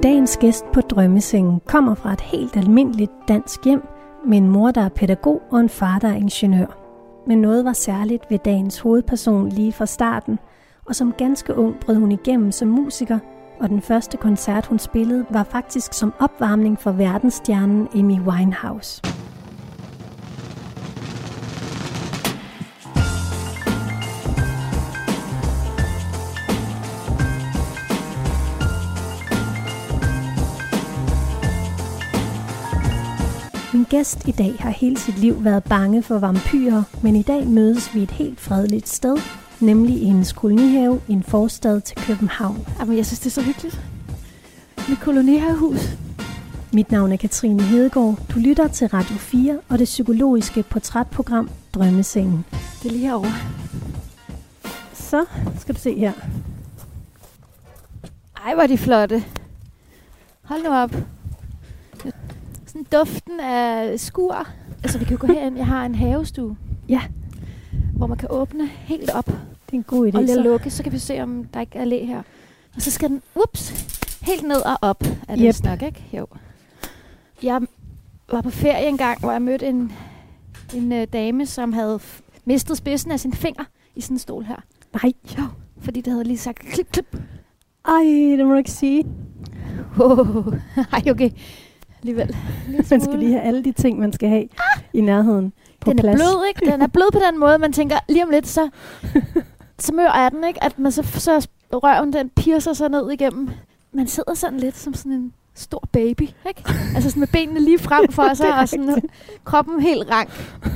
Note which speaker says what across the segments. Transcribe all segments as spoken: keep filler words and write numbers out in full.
Speaker 1: Dagens gæst på Drømmesengen kommer fra et helt almindeligt dansk hjem med en mor, der er pædagog og en far, der er ingeniør. Men noget var særligt ved dagens hovedperson lige fra starten, og som ganske ung brød hun igennem som musiker, og den første koncert, hun spillede, var faktisk som opvarmning for verdensstjernen Amy Winehouse. Min gæst i dag har hele sit liv været bange for vampyrer, men i dag mødes vi et helt fredeligt sted, nemlig i hendes kolonihave i en forstad til København.
Speaker 2: Jamen, jeg synes, det er så hyggeligt. Mit kolonihavehus.
Speaker 1: Mit navn er Katrine Hedegaard. Du lytter til Radio fire og det psykologiske portrætprogram Drømmesengen.
Speaker 2: Det er lige herovre.
Speaker 1: Så skal du se her.
Speaker 2: Ej, hvor er de flotte. Hold nu op. Sådan duften af skur. Altså, vi kan jo gå herind. Jeg har en havestue.
Speaker 1: Ja.
Speaker 2: Hvor man kan åbne helt op.
Speaker 1: Det er en god idé.
Speaker 2: Og lade
Speaker 1: så.
Speaker 2: lukke, så kan vi se, om der ikke er læ her. Og så skal den, ups, helt ned og op. Er det
Speaker 1: Yep.
Speaker 2: snak, ikke? Jo. Jeg var på ferie en gang, hvor jeg mødte en, en uh, dame, som havde f- mistet spidsen af sin finger i sådan en stol her.
Speaker 1: Nej.
Speaker 2: Jo, fordi det havde lige sagt klip, klip.
Speaker 1: Ej, det må du ikke sige.
Speaker 2: Oh, ej, okay. Alligevel.
Speaker 1: Man skal lige have alle de ting, man skal have ah! i nærheden på
Speaker 2: Den
Speaker 1: plads.
Speaker 2: er blød, ikke? Den er blød på den måde, man tænker, lige om lidt, så, så mør er den, ikke? At man så, så røven, den piercer sig ned igennem. Man sidder sådan lidt som sådan en stor baby, ikke? Altså sådan med benene lige frem for sig, og sådan kroppen helt rank.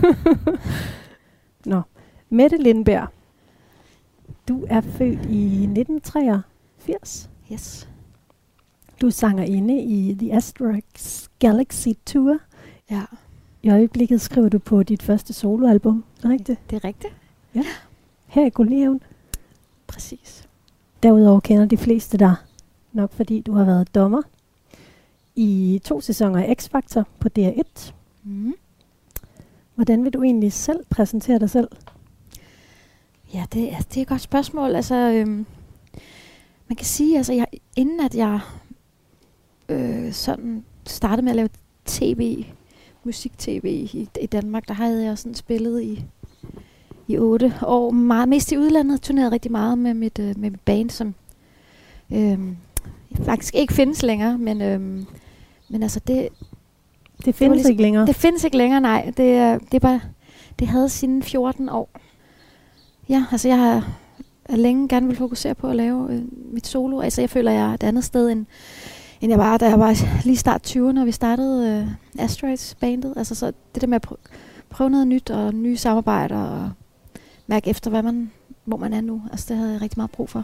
Speaker 1: Nå, Mette Lindberg. Du er født i nitten treogfirs.
Speaker 2: Yes.
Speaker 1: Du er sangerinde i The Asterix Galaxy Tour.
Speaker 2: Ja.
Speaker 1: I øjeblikket skriver du på dit første soloalbum, er det rigtigt?
Speaker 2: Det er rigtigt.
Speaker 1: Ja. Her i kolonihaven.
Speaker 2: Præcis.
Speaker 1: Derudover kender de fleste dig nok, fordi du har været dommer i to sæsoner af X-Factor på D R et.
Speaker 2: Mm.
Speaker 1: Hvordan vil du egentlig selv præsentere dig selv?
Speaker 2: Ja, det er, det er et godt spørgsmål. Altså, øhm, man kan sige, altså, jeg, inden at jeg øh, sådan startede med at lave tv, musik-tv i, i Danmark, der havde jeg sådan spillet i, i otte år. Meget, mest i udlandet, turnerede rigtig meget med mit, øh, med mit band, som øh, faktisk ikke findes længere, men, øh, men altså det...
Speaker 1: Det findes
Speaker 2: ligesom,
Speaker 1: ikke længere?
Speaker 2: Det findes ikke længere, nej. Det, er, det, er bare, det havde sine fjorten år. Ja, altså jeg har længe gerne vil fokusere på at lave øh, mit solo. Altså jeg føler, jeg er et andet sted, end, end jeg var, da jeg var lige start tyverne, når vi startede øh, Asteroids-bandet. Altså så det der med at pr- prøve noget nyt og nye samarbejder og mærke efter, hvad man, hvor man er nu. Altså det havde jeg rigtig meget brug for.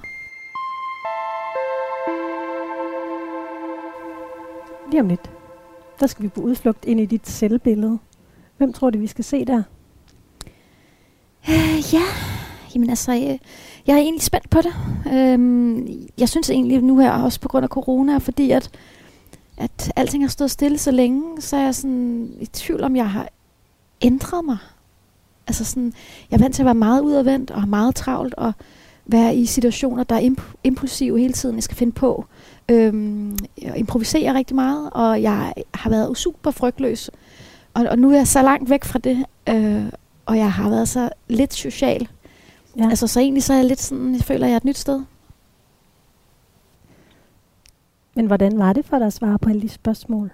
Speaker 1: Lige om lidt. Der skal vi på udflugt ind i dit selvbillede. Hvem tror du, vi skal se der?
Speaker 2: Øh, ja, jamen altså, jeg, jeg er egentlig spændt på det. Øhm, jeg synes egentlig nu her, også på grund af corona, fordi at, at alting har stået stille så længe, så er jeg sådan i tvivl om, jeg har ændret mig. Altså sådan, jeg er vant til at være meget udadvendt og meget travlt og være i situationer, der er imp- impulsive hele tiden. Jeg skal finde på. Øhm, jeg improviserer rigtig meget, og jeg har været super frygtløs. Og, og nu er jeg så langt væk fra det, øh, og jeg har været så lidt social. Ja. Altså så egentlig så er jeg lidt sådan, jeg føler, jeg er et nyt sted.
Speaker 1: Men hvordan var det for dig at svare på alle de spørgsmål?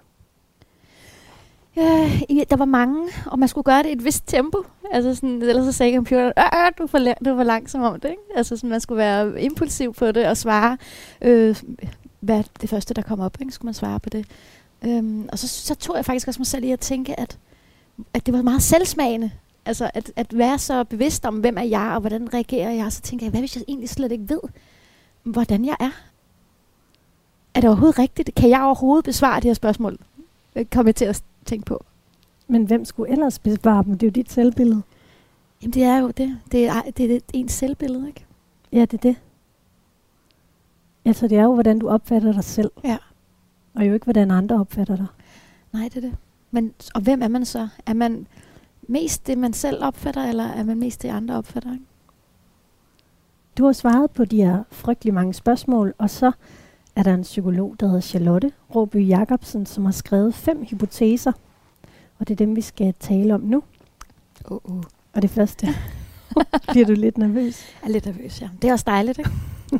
Speaker 2: Øh, der var mange, og man skulle gøre det i et vist tempo. Altså sådan, ellers så sagde computeren, øh, du er for, la- du er for langsom om det, ikke? Altså sådan, man skulle være impulsiv på det og svare, øh, hvad det første, der kom op, ikke? Skulle man svare på det. Øhm, og så, så tog jeg faktisk også mig selv i at tænke, at, at det var meget selvsmagende. Altså at, at være så bevidst om, hvem er jeg, og hvordan reagerer jeg. Så tænker jeg, hvad hvis jeg egentlig slet ikke ved, hvordan jeg er? Er det overhovedet rigtigt? Kan jeg overhovedet besvare det her spørgsmål? Kom jeg til at tænke på.
Speaker 1: Men hvem skulle ellers besvare dem? Det er jo dit selvbillede.
Speaker 2: Jamen det er jo det. Det er, det er ens selvbillede, ikke?
Speaker 1: Ja, det er det. Altså det er jo, hvordan du opfatter dig selv.
Speaker 2: Ja.
Speaker 1: Og jo ikke, hvordan andre opfatter dig.
Speaker 2: Nej, det er det. Men, og hvem er man så? Er man mest det, man selv opfatter, eller er man mest det, andre opfatter, ikke?
Speaker 1: Du har svaret på de her frygtelig mange spørgsmål, og så er der en psykolog, der hedder Charlotte Råby Jacobsen, som har skrevet fem hypoteser. Og det er dem, vi skal tale om nu.
Speaker 2: Uh, uh.
Speaker 1: Og det første, bliver du lidt nervøs?
Speaker 2: Jeg er lidt nervøs, ja. Det er også dejligt, ikke?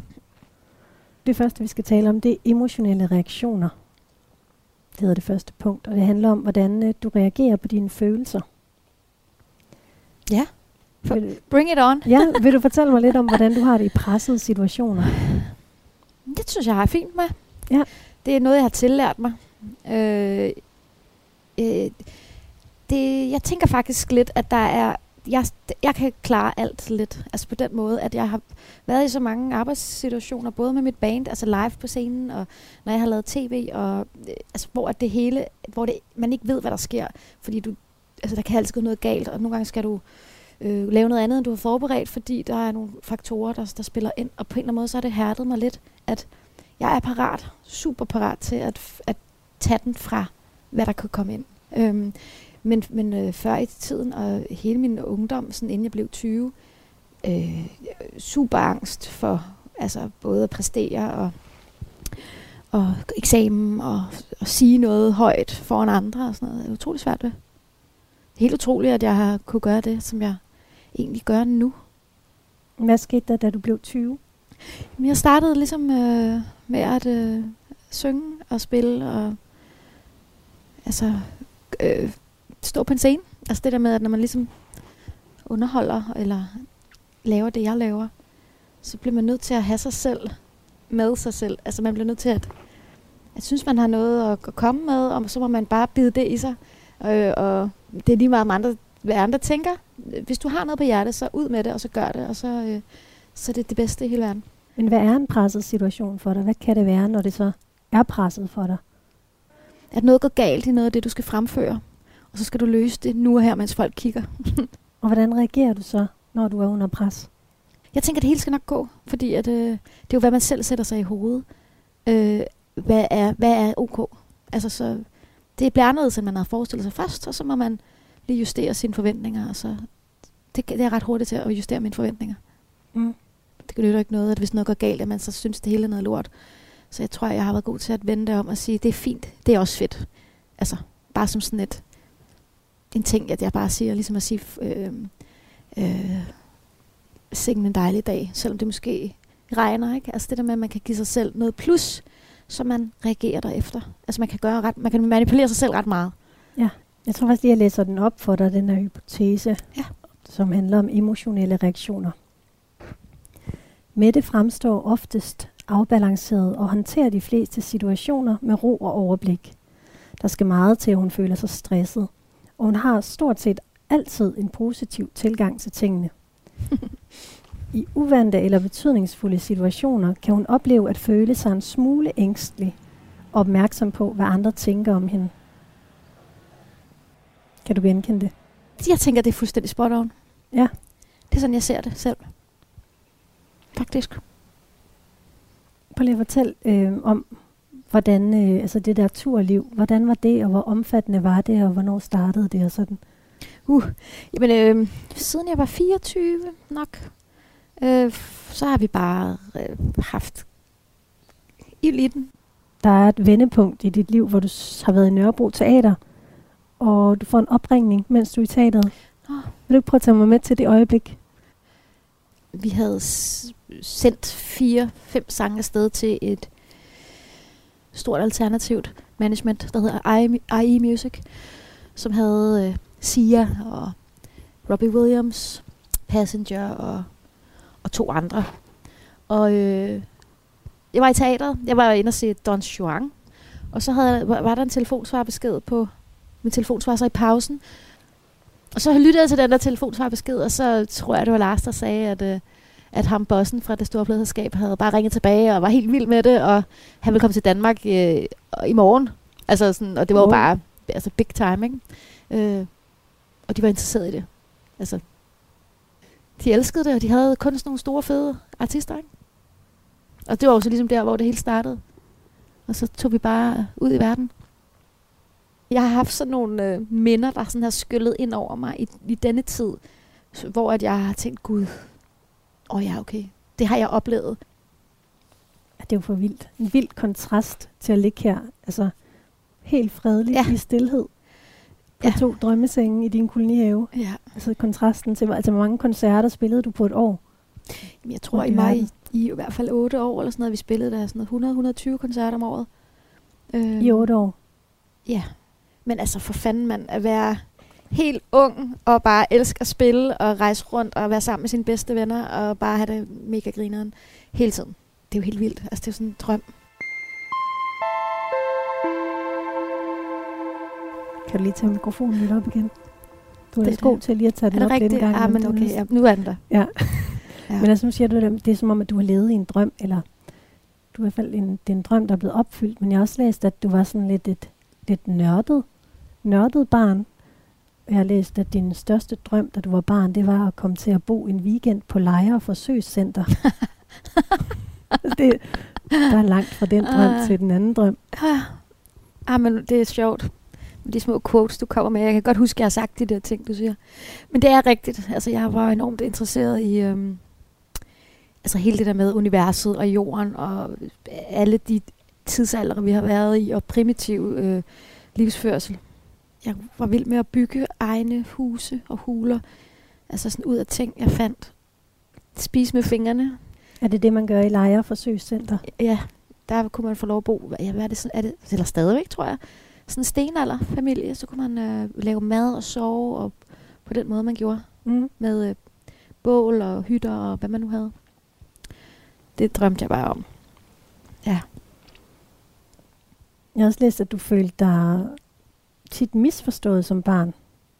Speaker 1: Det første, vi skal tale om, det er emotionelle reaktioner. Det hedder det første punkt, og det handler om, hvordan øh, du reagerer på dine følelser.
Speaker 2: Ja.
Speaker 1: Vil,
Speaker 2: Bring it on.
Speaker 1: ja, vil du fortælle mig lidt om, hvordan du har det i pressede situationer?
Speaker 2: Det synes jeg er fint med.
Speaker 1: Ja.
Speaker 2: Det er noget, jeg har tillært mig. Øh, øh, det, jeg tænker faktisk lidt, at der er... Jeg, jeg kan klare alt lidt. Altså på den måde, at jeg har været i så mange arbejdssituationer, både med mit band, altså live på scenen, og når jeg har lavet tv, og, øh, altså, hvor det hele, hvor det, man ikke ved, hvad der sker. Fordi du, altså, der kan altid gå noget galt, og nogle gange skal du øh, lave noget andet, end du har forberedt, fordi der er nogle faktorer, der, der spiller ind. Og på en eller anden måde, så har det hærdet mig lidt, at jeg er parat, super parat til at, at tage den fra, hvad der kan komme ind. Øhm, Men, men øh, før i tiden, og hele min ungdom, sådan inden jeg blev tyve, øh, super angst for altså, både at præstere og, og eksamen og, og sige noget højt foran andre og sådan noget. Det er utroligt svært ved. Helt utroligt, at jeg har kunne gøre det, som jeg egentlig gør nu.
Speaker 1: Hvad skete der, da du blev tyve?
Speaker 2: Men jeg startede ligesom øh, med at øh, synge og spille og altså... Øh, stå på en scene. Altså det der med, at når man ligesom underholder, eller laver det, jeg laver, så bliver man nødt til at have sig selv med sig selv. Altså man bliver nødt til at, at synes, man har noget at komme med, og så må man bare bide det i sig. Øh, og det er lige meget om andre, hvad andre tænker. Hvis du har noget på hjertet, så ud med det, og så gør det, og så, øh, så er det det bedste i hele verden.
Speaker 1: Men hvad er en presset situation for dig? Hvad kan det være, når det så er presset for dig?
Speaker 2: At noget går galt i noget af det, du skal fremføre. Og så skal du løse det nu og her, mens folk kigger.
Speaker 1: Og hvordan reagerer du så, når du er under pres?
Speaker 2: Jeg tænker, at det hele skal nok gå, fordi at, øh, det er jo, hvad man selv sætter sig i hovedet. Øh, hvad, er, hvad er ok? Altså, så, det bliver anderledes, end man havde forestillet sig først, og så må man lige justere sine forventninger. Og så, det, det er ret hurtigt til at justere mine forventninger.
Speaker 1: Mm.
Speaker 2: Det kan jo ikke noget, at hvis noget går galt, at man så synes, det hele er noget lort. Så jeg tror, jeg har været god til at vende det om og sige, det er fint, det er også fedt. Altså, bare som sådan et... en ting, at jeg bare siger, ligesom at sige, øh, øh, sikken en dejlig dag, selvom det måske regner, ikke? Altså det der med, at man kan give sig selv noget plus, så man reagerer derefter. Altså man kan gøre ret, man kan manipulere sig selv ret meget.
Speaker 1: Ja, jeg tror faktisk, at jeg læser den op for dig, den her hypotese,
Speaker 2: ja. Som
Speaker 1: handler om emotionelle reaktioner. Mette fremstår oftest afbalanceret og håndterer de fleste situationer med ro og overblik. Der skal meget til, at hun føler sig stresset. Og hun har stort set altid en positiv tilgang til tingene. I uvante eller betydningsfulde situationer kan hun opleve at føle sig en smule ængstelig og opmærksom på, hvad andre tænker om hende. Kan du genkende det?
Speaker 2: Jeg tænker, det er fuldstændig spot on.
Speaker 1: Ja.
Speaker 2: Det er sådan, jeg ser det selv. Faktisk.
Speaker 1: Prøv lige at fortælle øh, om, hvordan øh, altså det der turliv, hvordan var det, og hvor omfattende var det, og hvornår startede det og sådan?
Speaker 2: Uh, jamen, øh, siden jeg var fireogtyve nok, øh, så har vi bare øh, haft ild i den.
Speaker 1: Der er et vendepunkt i dit liv, hvor du har været i Nørrebro Teater, og du får en opringning, mens du er i teateret. Oh. Vil du ikke prøve at tage mig med til det øjeblik?
Speaker 2: Vi havde s- sendt fire, fem sange afsted til et stort alternativt management, der hedder I E Music, som havde øh, Sia og Robbie Williams, Passenger og, og to andre. Og øh, jeg var i teateret. Jeg var inde og se Don Juan. Og så havde, var, var der en telefonsvarbesked på min telefonsvar så i pausen. Og så lyttede jeg til den der telefonsvarbesked, og så tror jeg, det var Lars, der sagde, at, øh, at ham bossen fra det store pladselskab havde bare ringet tilbage og var helt vild med det, og han ville komme til Danmark øh, i morgen. Altså sådan, og det var jo bare altså big time, ikke? Øh, og de var interesserede i det. Altså, de elskede det, og de havde kun sådan nogle store, fede artister, ikke? Og det var jo så ligesom der, hvor det hele startede. Og så tog vi bare ud i verden. Jeg har haft sådan nogle øh, minder, der sådan har skyllet ind over mig i, i denne tid, hvor at jeg har tænkt, gud, åh oh ja, okay, det har jeg oplevet.
Speaker 1: det er jo for vildt. En vild kontrast til at ligge her. Altså helt fredeligt ja. i stilhed. På ja. to drømmesenge i din kolonihave.
Speaker 2: Ja.
Speaker 1: Altså kontrasten til, altså hvor mange koncerter spillede du på et år?
Speaker 2: Jamen, jeg tror i mig i, i, i hvert fald otte år eller sådan noget, vi spillede der sådan hundrede til hundrede og tyve koncerter om året.
Speaker 1: Øhm, I otte år?
Speaker 2: Ja. Men altså for fanden mand, at være helt ung og bare elske at spille og rejse rundt og være sammen med sine bedste venner og bare have det mega grineren hele tiden. Det er jo helt vildt. Altså det er jo sådan en drøm.
Speaker 1: Kan du lige tage mikrofonen lidt op igen? Du er lidt god til lige at tage den op lidt en gang.
Speaker 2: Er det rigtigt? Ah, men okay, ja, nu er den der.
Speaker 1: Ja. ja. Men altså nu siger du, det, det er som om, at du har levet i en drøm, eller du er i hvert fald en, det er en drøm, der er blevet opfyldt, men jeg har også læst, at du var sådan lidt et lidt nørdet, nørdet barn. Jeg har læst, at din største drøm, da du var barn, det var at komme til at bo en weekend på Lejre og Forsøgscenter. det, der er langt fra den drøm uh, til den anden drøm.
Speaker 2: Uh, ah, men det er sjovt. De små quotes, du kommer med. Jeg kan godt huske, at jeg har sagt de der ting, du siger. Men det er rigtigt. Altså, jeg var enormt interesseret i øhm, altså hele det der med universet og jorden og alle de tidsalder, vi har været i, og primitiv øh, livsførsel. Jeg var vild med at bygge egne huse og huler. Altså sådan ud af ting, jeg fandt. Spise med fingrene.
Speaker 1: Er det det, man gør i Lejre Forsøgscenter?
Speaker 2: Ja, der kunne man få lov at bo. Ja, hvad er det sådan? Er det, eller stadigvæk, tror jeg. Sådan en stenalderfamilie, så kunne man øh, lave mad og sove, og på den måde, man gjorde. Mm. Med øh, bål og hytter og hvad man nu havde. Det drømte jeg bare om. Ja.
Speaker 1: Jeg har også læst, at du følte dig tit misforstået som barn.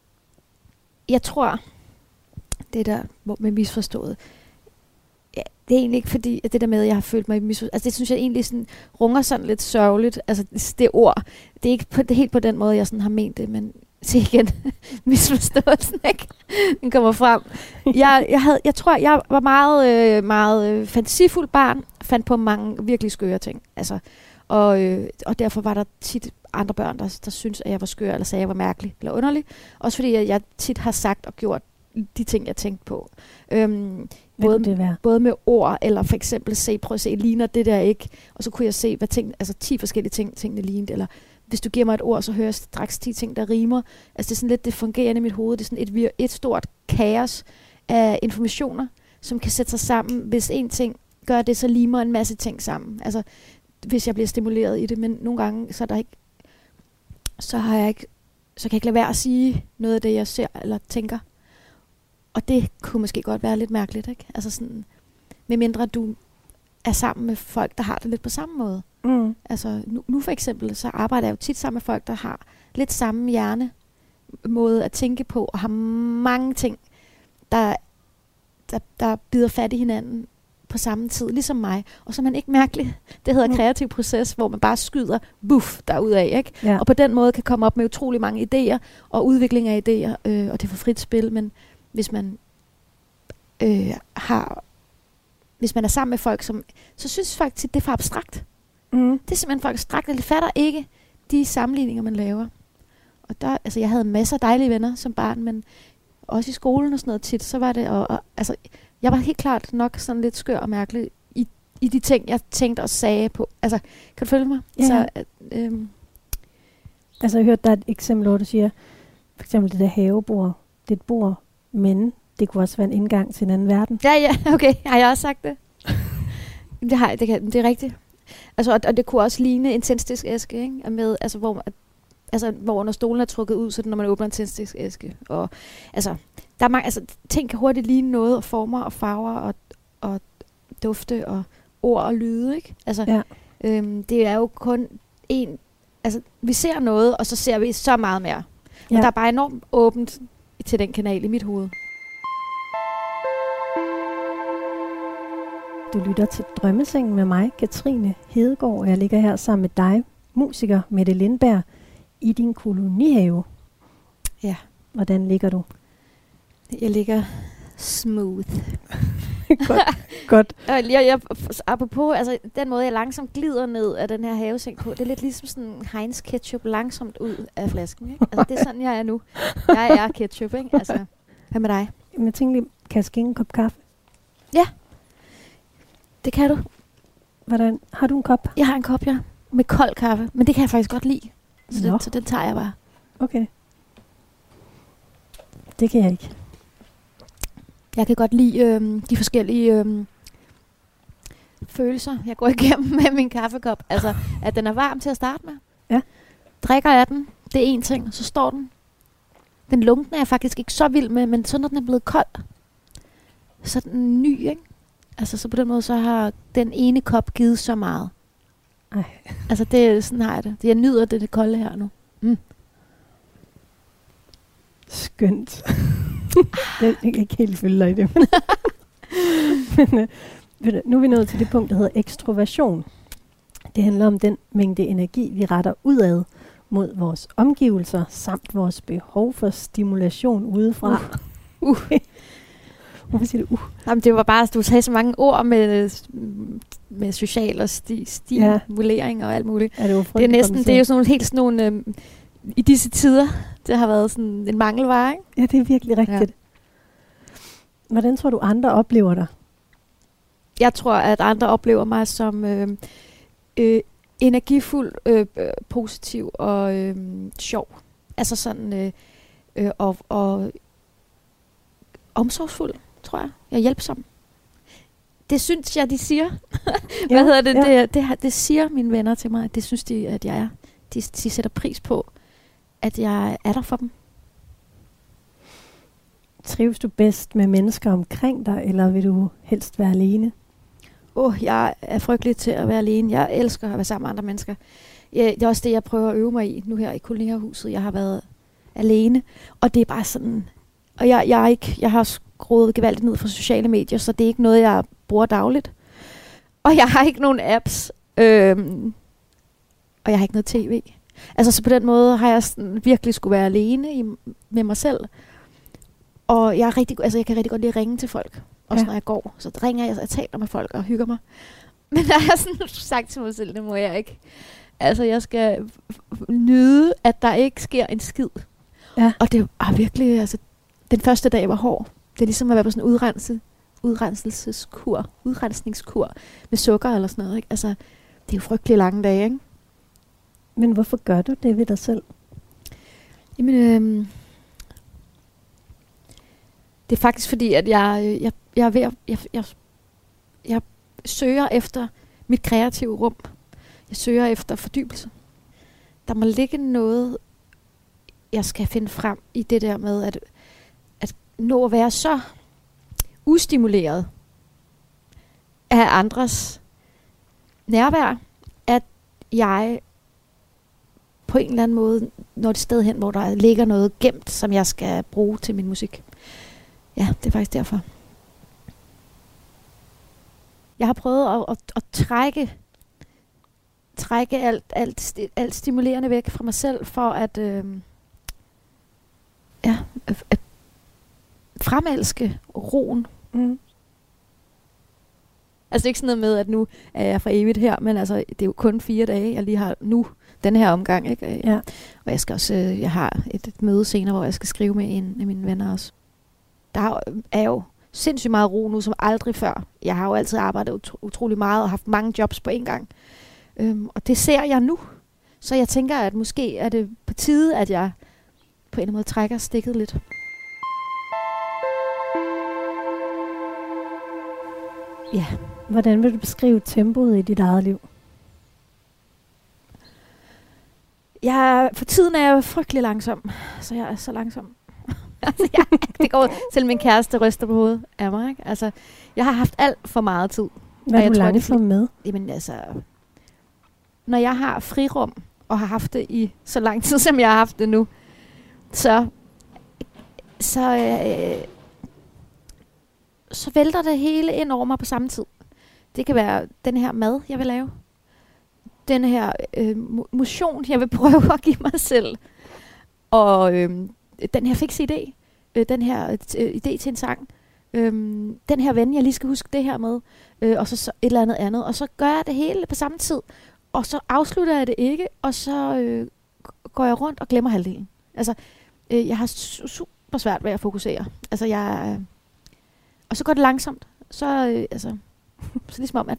Speaker 2: Jeg tror, det der med misforstået, ja, det er egentlig ikke fordi, at det der med, at jeg har følt mig misforstået, altså det synes jeg egentlig sådan, runger sådan lidt sørgeligt, altså det ord, det er ikke på, det er helt på den måde, jeg sådan har ment det, men se igen, misforståelsen, ikke? Den kommer frem. Jeg, jeg, havde, jeg tror, jeg var meget, øh, meget øh, fantasifuld barn, fandt på mange virkelig skøre ting, altså, og, øh, og derfor var der tit andre børn, der, der syntes, at jeg var skør, eller sagde, at jeg var mærkelig eller underlig. Også fordi jeg, jeg tit har sagt og gjort de ting, jeg tænkte på. Øhm, både,
Speaker 1: det være?
Speaker 2: både med ord, eller for eksempel se, prøv at se, ligner det der ikke? Og så kunne jeg se, hvad ting, altså ti forskellige ting, tingene lignede. Eller hvis du giver mig et ord, så hører jeg straks ti ting, der rimer. Altså det er sådan lidt, det fungerer i mit hoved. Det er sådan et, et stort kaos af informationer, som kan sætte sig sammen. Hvis en ting gør det, så limer en masse ting sammen. Altså hvis jeg bliver stimuleret i det. Men nogle gange, så er der ikke så har jeg ikke, så kan jeg ikke lade være at sige noget af det, jeg ser eller tænker. Og det kunne måske godt være lidt mærkeligt, ikke? Altså sådan, medmindre du er sammen med folk, der har det lidt på samme måde. Mm. Altså nu, nu for eksempel, så arbejder jeg jo tit sammen med folk, der har lidt samme hjernemåde at tænke på, og har mange ting, der, der, der bider fat i hinanden på samme tid, ligesom mig. Og så er man ikke mærkelig. Det hedder mm. kreativ proces, hvor man bare skyder buff derudad, ikke? Ja. Og på den måde kan komme op med utrolig mange idéer, og udvikling af idéer, øh, og det er for frit spil, men hvis man øh, har, hvis man er sammen med folk, som, så synes jeg faktisk, det er for abstrakt. Mm. Det er simpelthen for abstrakt, og det fatter ikke de sammenligninger, man laver. Og der, altså jeg havde masser af dejlige venner som barn, men også i skolen og sådan noget tit, så var det, og, og altså, jeg var helt klart nok sådan lidt skør og mærkelig i, i de ting, jeg tænkte og sagde på. Altså, kan du følge mig?
Speaker 1: Ja.
Speaker 2: Så, at, øhm.
Speaker 1: Altså, jeg hørte der et eksempel, hvor du siger, for eksempel det der havebord, det er et bord, men det kunne også være en indgang til en anden verden.
Speaker 2: Ja, ja, okay. Har jeg også sagt det? det, har, det, kan, det er rigtigt. Altså, og, og det kunne også ligne en tændstiksæske, ikke? Med, altså, hvor, altså, hvor når stolen er trukket ud, så det, når man åbner en tændstiksæske. Og, altså, der er mange, altså, ting kan hurtigt ligne noget, og former og farver, og, og dufte, og ord og lyde, ikke? Altså, ja. øhm, det er jo kun en, altså, vi ser noget, og så ser vi så meget mere. Ja. Og der er bare enormt åbent til den kanal i mit hoved.
Speaker 1: Du lytter til Drømmesengen med mig, Katrine Hedegaard, og jeg ligger her sammen med dig, musiker Mette Lindberg, i din kolonihave.
Speaker 2: Ja.
Speaker 1: Hvordan ligger du?
Speaker 2: Jeg ligger smooth.
Speaker 1: godt. godt.
Speaker 2: jeg, jeg, apropos, altså den måde, jeg langsomt glider ned af den her haveseng på, det er lidt ligesom sådan Heinz ketchup langsomt ud af flasken. Ikke? Altså det er sådan, jeg er nu. Jeg er ketchup, ikke? Altså, hvad med dig?
Speaker 1: Jeg tænkte lige, kan jeg skænke en kop kaffe?
Speaker 2: Ja. Det kan du.
Speaker 1: Hvordan? Har du en kop?
Speaker 2: Jeg har en kop, ja. Med kold kaffe. Men det kan jeg faktisk godt lide. Så,
Speaker 1: Nå.
Speaker 2: den, så den tager jeg bare.
Speaker 1: Okay. Det kan jeg ikke.
Speaker 2: Jeg kan godt lide øh, de forskellige øh, følelser, jeg går igennem med min kaffekop. Altså, at den er varm til at starte med.
Speaker 1: Ja.
Speaker 2: Drikker jeg den, det er en ting, så står den. Den lunken er jeg faktisk ikke så vild med, men så når den er blevet kold, så er den ny, ikke? Altså, så på den måde, så har den ene kop givet så meget.
Speaker 1: Ej.
Speaker 2: Altså, det, sådan har jeg det. Jeg nyder det, det kolde her nu. Mm.
Speaker 1: Skønt. det, jeg kan ikke helt følge dig i det. Men, øh, nu er vi nået til det punkt, der hedder ekstroversion. Det handler om den mængde energi, vi retter udad mod vores omgivelser, samt vores behov for stimulation udefra.
Speaker 2: Uh. uh.
Speaker 1: Hvorfor siger du uh?
Speaker 2: Jamen, det var bare, at du sagde så mange ord med, med social og sti, stimulering ja. Og alt muligt.
Speaker 1: Ja, det,
Speaker 2: det er næsten, det er jo sådan nogle, helt sådan nogle, øh, i disse tider, det har været sådan en mangelvare, ikke?
Speaker 1: Ja, det er virkelig rigtigt. Ja. Hvordan tror du, andre oplever dig?
Speaker 2: Jeg tror, at andre oplever mig som øh, øh, energifuld, øh, positiv og øh, sjov. Altså sådan, øh, øh, og, og omsorgsfuld, tror jeg. Jeg er hjælpsom. Det synes jeg, de siger. Hvad ja, hedder det? Ja. Det, det? Det siger mine venner til mig. Det synes de, at jeg er. De, de sætter pris på, at jeg er der for dem.
Speaker 1: Trives du bedst med mennesker omkring dig, eller vil du helst være alene?
Speaker 2: Åh, oh, jeg er frygtelig til at være alene. Jeg elsker at være sammen med andre mennesker. Jeg, det er også det, jeg prøver at øve mig i nu her i kolonihavehuset. Jeg har været alene, og det er bare sådan... Og jeg, jeg, er ikke, jeg har skruet gevaldigt ned for sociale medier, så det er ikke noget, jeg bruger dagligt. Og jeg har ikke nogen apps, øhm, og jeg har ikke noget tv. Altså, så på den måde har jeg sådan, virkelig skulle være alene i, med mig selv. Og jeg, er rigtig, altså, jeg kan rigtig godt lide at ringe til folk, også ja. Når jeg går. Så ringer jeg, og jeg taler med folk og hygger mig. Men der har jeg sådan sagt til mig selv, det må jeg ikke. Altså, jeg skal nyde, at der ikke sker en skid. Ja. Og det er virkelig, altså, den første dag var hård. Det er ligesom at være på sådan en udrense, udrenselseskur, udrensningskur med sukker eller sådan noget, ikke? Altså, det er jo frygtelig lange dage, ikke?
Speaker 1: Men hvorfor gør du det ved dig selv?
Speaker 2: Jamen, øh, det er faktisk fordi, at jeg, jeg, jeg er ved at, jeg, jeg, jeg søger efter mit kreative rum. Jeg søger efter fordybelse. Der må ligge noget, jeg skal finde frem i det der med, at, at nå at være så ustimuleret af andres nærvær, at jeg på en eller anden måde når et sted hen, hvor der ligger noget gemt, som jeg skal bruge til min musik. Ja, det er faktisk derfor. Jeg har prøvet at, at, at trække trække alt, alt, alt stimulerende væk fra mig selv, for at øh, ja, at, at fremelske roen. Mm. Altså det er ikke sådan noget med, at nu er jeg for evigt her, men altså det er jo kun fire dage, jeg lige har nu, den her omgang, ikke?
Speaker 1: Ja.
Speaker 2: Og jeg skal også, øh, jeg har et, et møde senere, hvor jeg skal skrive med en af mine venner også. Der er jo sindssygt meget ro nu, som aldrig før. Jeg har jo altid arbejdet utro, utrolig meget og haft mange jobs på en gang. Øhm, og det ser jeg nu. Så jeg tænker, at måske er det på tide, at jeg på en eller anden måde trækker stikket lidt. Ja.
Speaker 1: Hvordan vil du beskrive tempoet i dit eget liv?
Speaker 2: Jeg, for tiden er jeg frygtelig langsom. Så jeg er så langsom. altså, jeg, det går selv min kæreste ryster på hovedet af mig. Ikke? Altså, jeg har haft alt for meget tid.
Speaker 1: Hvad er du langsom med?
Speaker 2: Jamen altså, når jeg har frirum, og har haft det i så lang tid, som jeg har haft det nu, så, så, øh, så vælter det hele ind over mig på samme tid. Det kan være den her mad, jeg vil lave. Den her øh, motion, jeg vil prøve at give mig selv. Og øh, den her fikse idé. Øh, den her øh, idé til en sang. Øh, den her ven, jeg lige skal huske det her med. Øh, og så, så et eller andet andet. Og så gør jeg det hele på samme tid. Og så afslutter jeg det ikke. Og så øh, går jeg rundt og glemmer halvdelen. Altså, øh, jeg har su- super svært ved at fokusere. Altså, jeg... Øh, og så går det langsomt. Så, øh, altså... Så ligesom om, at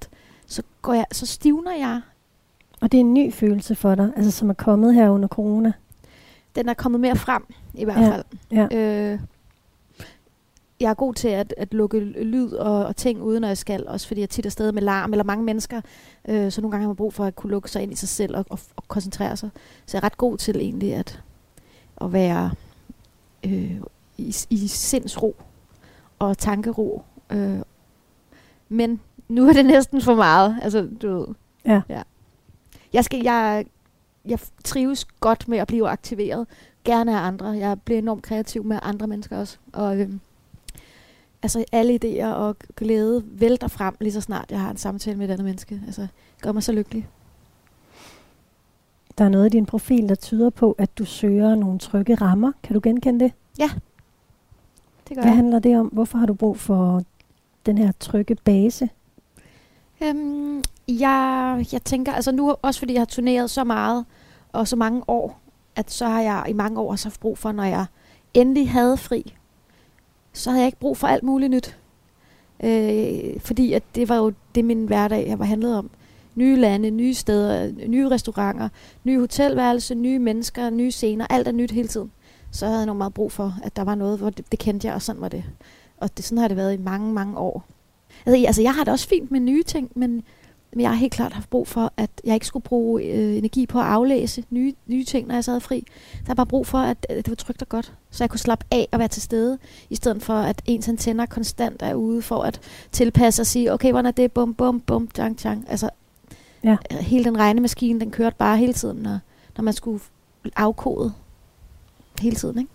Speaker 2: så, går jeg, så stivner jeg.
Speaker 1: Og det er en ny følelse for dig, altså som er kommet her under corona?
Speaker 2: Den er kommet mere frem, i hvert
Speaker 1: ja.
Speaker 2: fald.
Speaker 1: Ja.
Speaker 2: Øh, jeg er god til at, at lukke lyd og, og ting ude, når jeg skal, også fordi jeg tit er stadig med larm, eller mange mennesker, øh, så nogle gange har man brug for at kunne lukke sig ind i sig selv og, og, og koncentrere sig. Så jeg er ret god til egentlig at, at være øh, i, i sindsro og tankero. Øh. Men nu er det næsten for meget, altså du ved.
Speaker 1: Ja.
Speaker 2: Ja. Jeg, skal, jeg, jeg trives godt med at blive aktiveret, gerne af andre. Jeg bliver enormt kreativ med andre mennesker også, og øh, altså alle idéer og glæde vælter frem lige så snart jeg har en samtale med et andet menneske. Altså, det gør mig så lykkelig.
Speaker 1: Der er noget i din profil, der tyder på, at du søger nogle trygge rammer. Kan du genkende det?
Speaker 2: Ja, det gør
Speaker 1: Hvad
Speaker 2: jeg.
Speaker 1: handler det om? Hvorfor har du brug for den her trygge base?
Speaker 2: Øhm, jeg, jeg tænker, altså nu også fordi jeg har turneret så meget og så mange år, at så har jeg i mange år også haft brug for, når jeg endelig havde fri, så havde jeg ikke brug for alt muligt nyt. Øh, fordi at det var jo det, min hverdag jeg var handlet om. Nye lande, nye steder, nye restauranter, nye hotelværelser, nye mennesker, nye scener. Alt er nyt hele tiden. Så havde jeg nok meget brug for, at der var noget, hvor det, det kendte jeg, og sådan var det. Og det, sådan har det været i mange, mange år. Altså, altså jeg har det også fint med nye ting, men, men jeg har helt klart haft brug for, at jeg ikke skulle bruge øh, energi på at aflæse nye, nye ting, når jeg sad fri. Der har bare brug for, at, at det var trygt og godt, så jeg kunne slappe af og være til stede, i stedet for, at ens antenner konstant er ude for at tilpasse og sige, okay, hvordan er det, bum, bum, bum, tjang, tjang. Altså,
Speaker 1: ja.
Speaker 2: Hele den regnemaskine, den kørte bare hele tiden, når, når man skulle afkode hele tiden, ikke?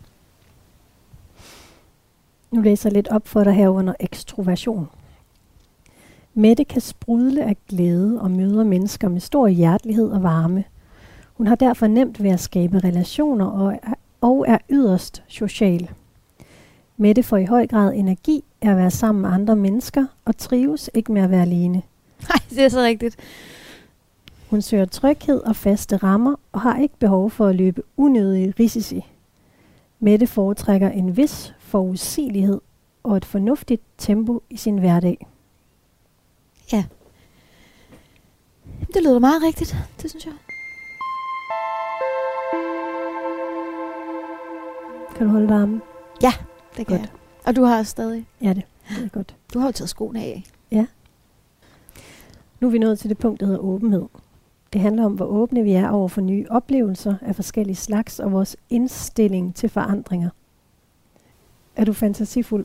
Speaker 1: Nu læser jeg lidt op for dig her under ekstroversion. Mette kan sprudle af glæde og møder mennesker med stor hjertelighed og varme. Hun har derfor nemt ved at skabe relationer og er, og er yderst social. Mette får i høj grad energi af at være sammen med andre mennesker og trives ikke med at være alene.
Speaker 2: Nej, det er så rigtigt.
Speaker 1: Hun søger tryghed og faste rammer og har ikke behov for at løbe unødige risici. Mette foretrækker en vis forudsigelighed og et fornuftigt tempo i sin hverdag.
Speaker 2: Ja. Det lyder meget rigtigt, det synes jeg.
Speaker 1: Kan du holde varmen?
Speaker 2: Ja, det kan
Speaker 1: godt.
Speaker 2: jeg. Og du har stadig?
Speaker 1: Ja, det, det er godt.
Speaker 2: Du har jo taget skoene af.
Speaker 1: Ja. Nu er vi nået til det punkt, der hedder åbenhed. Det handler om, hvor åbne vi er over for nye oplevelser af forskellige slags og vores indstilling til forandringer. Er du fantasifuld?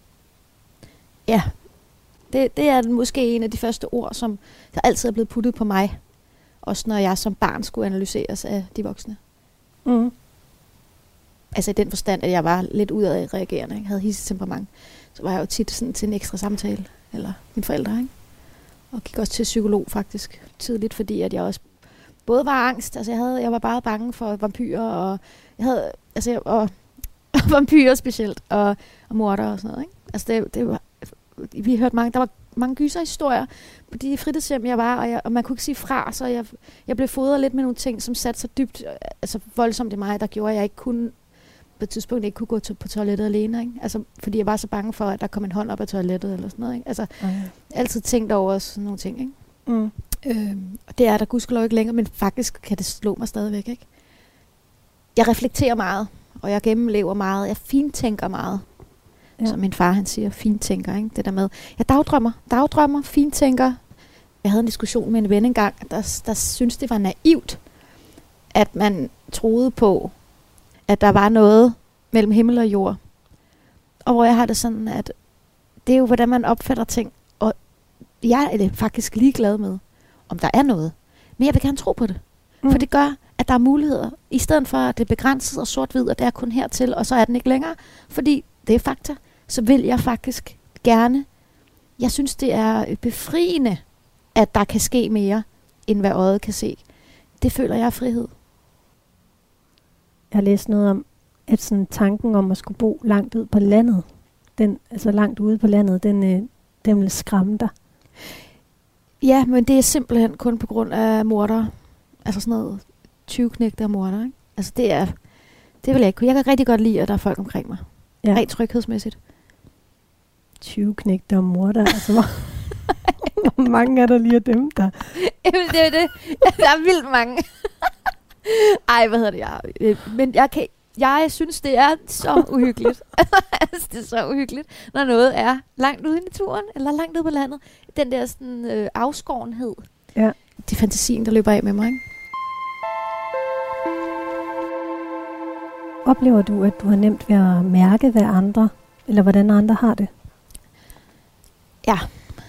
Speaker 2: Ja. Det, det er måske en af de første ord, som der altid er blevet puttet på mig. Også når jeg som barn skulle analyseres af de voksne.
Speaker 1: Mm.
Speaker 2: Altså i den forstand, at jeg var lidt udadreagerende, ikke? Havde hissigt temperament. Så var jeg jo tit sådan til en ekstra samtale. Eller mine forældre, ikke? Og gik også til psykolog faktisk tidligt, fordi at jeg også både var angst, altså jeg havde, jeg var bare bange for vampyrer og jeg havde, altså jeg, og, og vampyrer specielt og, og morder og sådan noget, ikke? Altså det, det var, vi hørte mange, der var mange gyserhistorier på de fritidshjem jeg var, og, jeg, og man kunne ikke sige fra, så jeg, jeg blev fodret lidt med nogle ting, som satte sig dybt, altså voldsomt i mig, der gjorde, at jeg ikke kunne på et tidspunkt ikke kunne gå to- på toilettet alene, ikke? Altså, fordi jeg var så bange for, at der kom en hånd op af toilettet eller sådan noget, ikke? Altså, okay. Altid tænkt over sådan nogle ting, ikke?
Speaker 1: Mm.
Speaker 2: Øhm, og det er der gudskelov ikke længere, men faktisk kan det slå mig stadigvæk, ikke? Jeg reflekterer meget, og jeg gennemlever meget, jeg fintænker meget. Ja. Som min far, han siger, fintænker, ikke? Det der med, jeg dagdrømmer, dagdrømmer, fintænker. Jeg havde en diskussion med en ven engang, der, der syntes, det var naivt, at man troede på, at der var noget mellem himmel og jord. Og hvor jeg har det sådan, at det er jo, hvordan man opfatter ting. Og jeg er det faktisk ligeglad med, om der er noget. Men jeg vil gerne tro på det. Mm. For det gør, at der er muligheder. I stedet for, at det er begrænset og sort-hvid, og det er kun hertil, og så er den ikke længere. Fordi det er fakta. Så vil jeg faktisk gerne. Jeg synes, det er befriende, at der kan ske mere, end hvad øjet kan se. Det føler jeg er frihed.
Speaker 1: Jeg har læst noget om, at sådan tanken om at skulle bo langt ud på landet, den, altså langt ude på landet, den, øh, den vil skræmme dig.
Speaker 2: Ja, men det er simpelthen kun på grund af morder. Altså sådan noget tyveknægte og morder, ikke? Altså det er, det vil jeg ikke kunne. Jeg kan rigtig godt lide, at der er folk omkring mig. Ja. Rent tryghedsmæssigt.
Speaker 1: tyveknægte og morder, altså hvor, Hvor mange er der lige af dem, der?
Speaker 2: Jamen, det er det. Der er vildt mange. Ej, hvad hedder det? Jeg, men jeg, kan, jeg synes, det er så uhyggeligt. Altså, det er så uhyggeligt, når noget er langt ude i naturen, eller langt ude på landet. Den der sådan, øh, afskårenhed.
Speaker 1: Ja.
Speaker 2: Det er fantasien, der løber af med mig, ikke?
Speaker 1: Oplever du, at du har nemt ved at mærke, hvad andre, eller hvordan andre har det?
Speaker 2: Ja.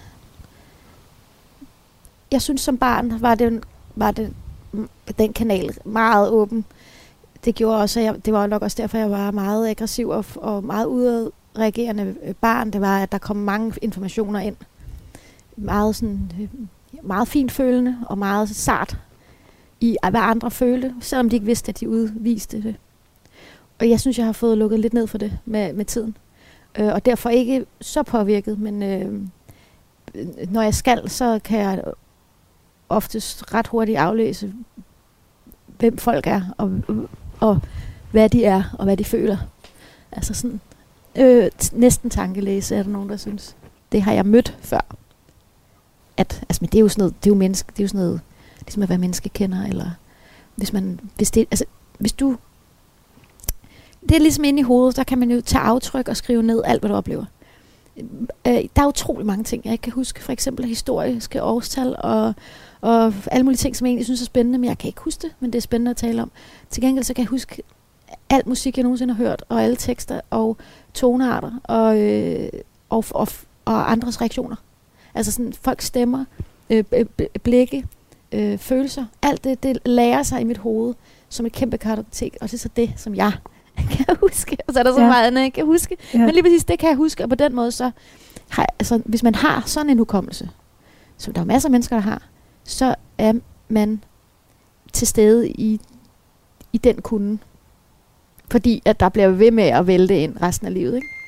Speaker 2: Jeg synes, som barn var det, var det den kanal meget åben. Det gjorde også, at jeg, det var nok også derfor, jeg var meget aggressiv og, og meget udadreagerende barn. Det var, at der kom mange informationer ind. Meget sådan, meget finfølende og meget sart i, hvad andre følte, selvom de ikke vidste, at de udviste det. Og jeg synes, jeg har fået lukket lidt ned for det med, med tiden. Øh, og derfor ikke så påvirket, men øh, når jeg skal, så kan jeg oftest ret hurtigt aflæse, hvem folk er, og, og hvad de er, og hvad de føler. Altså sådan, øh, t- næsten tankelæse, er der nogen, der synes. Det har jeg mødt før. At, altså, men det er jo sådan noget, det er jo menneske, det er jo sådan noget, ligesom at være menneske kender, eller hvis man, hvis det, altså, hvis du, det er ligesom inde i hovedet, der kan man jo tage aftryk og skrive ned alt, hvad du oplever. Øh, der er utrolig mange ting, jeg ikke kan huske. For eksempel historiske årstal og, og alle mulige ting, som jeg egentlig synes er spændende, men jeg kan ikke huske det, men det er spændende at tale om. Til gengæld så kan jeg huske alt musik, jeg nogensinde har hørt, og alle tekster og tonearter og, øh, og, og, og andres reaktioner. Altså sådan folks stemmer, øh, blikke, øh, følelser. Alt det, det lærer sig i mit hoved som et kæmpe kartotek, og det er så det, som jeg kan jeg huske. Og så er der så ja. meget andet, jeg kan huske. Ja. Men lige præcis det kan jeg huske, og på den måde så har, altså, hvis man har sådan en hukommelse, som der er masser af mennesker, der har, så er man til stede i, i den kunde. Fordi at der bliver ved med at vælte ind resten af livet, ikke?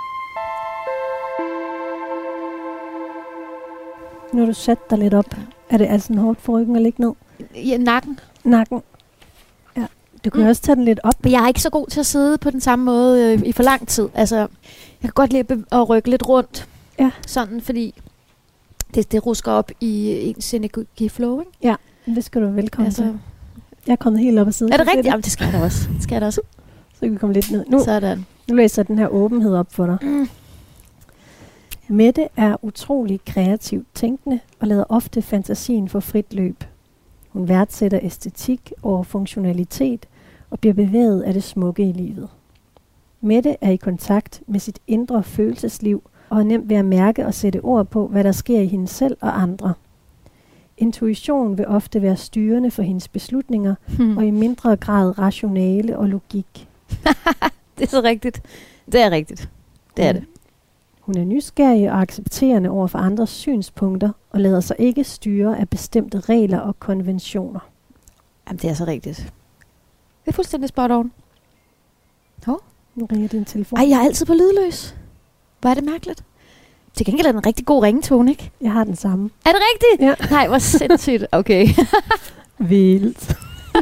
Speaker 1: Når du sætter dig lidt op, er det altså hårdt for ryggen at ligge ned?
Speaker 2: Ja, nakken.
Speaker 1: Nakken. Ja. Du kan mm. også tage den lidt op.
Speaker 2: Men jeg er ikke så god til at sidde på den samme måde øh, i for lang tid. Altså, jeg kan godt lide at rykke lidt rundt. Ja. Sådan, fordi det, det rusker op i ens energiflow, ikke?
Speaker 1: Ja, det skal du være velkommen altså, til. Jeg er kommet helt op og sidde.
Speaker 2: Er det rigtigt? Jamen, det skal jeg da også. Det skal jeg da også.
Speaker 1: Så kan vi komme lidt ned. Nu,
Speaker 2: Sådan.
Speaker 1: Nu læser jeg den her åbenhed op for dig. Mm. Mette er utrolig kreativt tænkende og lader ofte fantasien få frit løb. Hun værdsætter æstetik over funktionalitet og bliver bevæget af det smukke i livet. Mette er i kontakt med sit indre følelsesliv og er nemt ved at mærke og sætte ord på, hvad der sker i hende selv og andre. Intuition vil ofte være styrende for hendes beslutninger hmm. og i mindre grad rationale og logik.
Speaker 2: Det er så rigtigt. Det er rigtigt. Det er det.
Speaker 1: Hun er nysgerrig og accepterende over for andres synspunkter og lader sig ikke styre af bestemte regler og konventioner.
Speaker 2: Jamen, det er så rigtigt. Det er fuldstændig spot on. Hov.
Speaker 1: Nu ringer din telefon.
Speaker 2: Ej, jeg er altid på lydløs. Hvor er det mærkeligt. Til gengæld er det en rigtig god ringetone, ikke?
Speaker 1: Jeg har den samme.
Speaker 2: Er det rigtigt?
Speaker 1: Ja.
Speaker 2: Nej, hvor sindssygt. Okay.
Speaker 1: Vildt.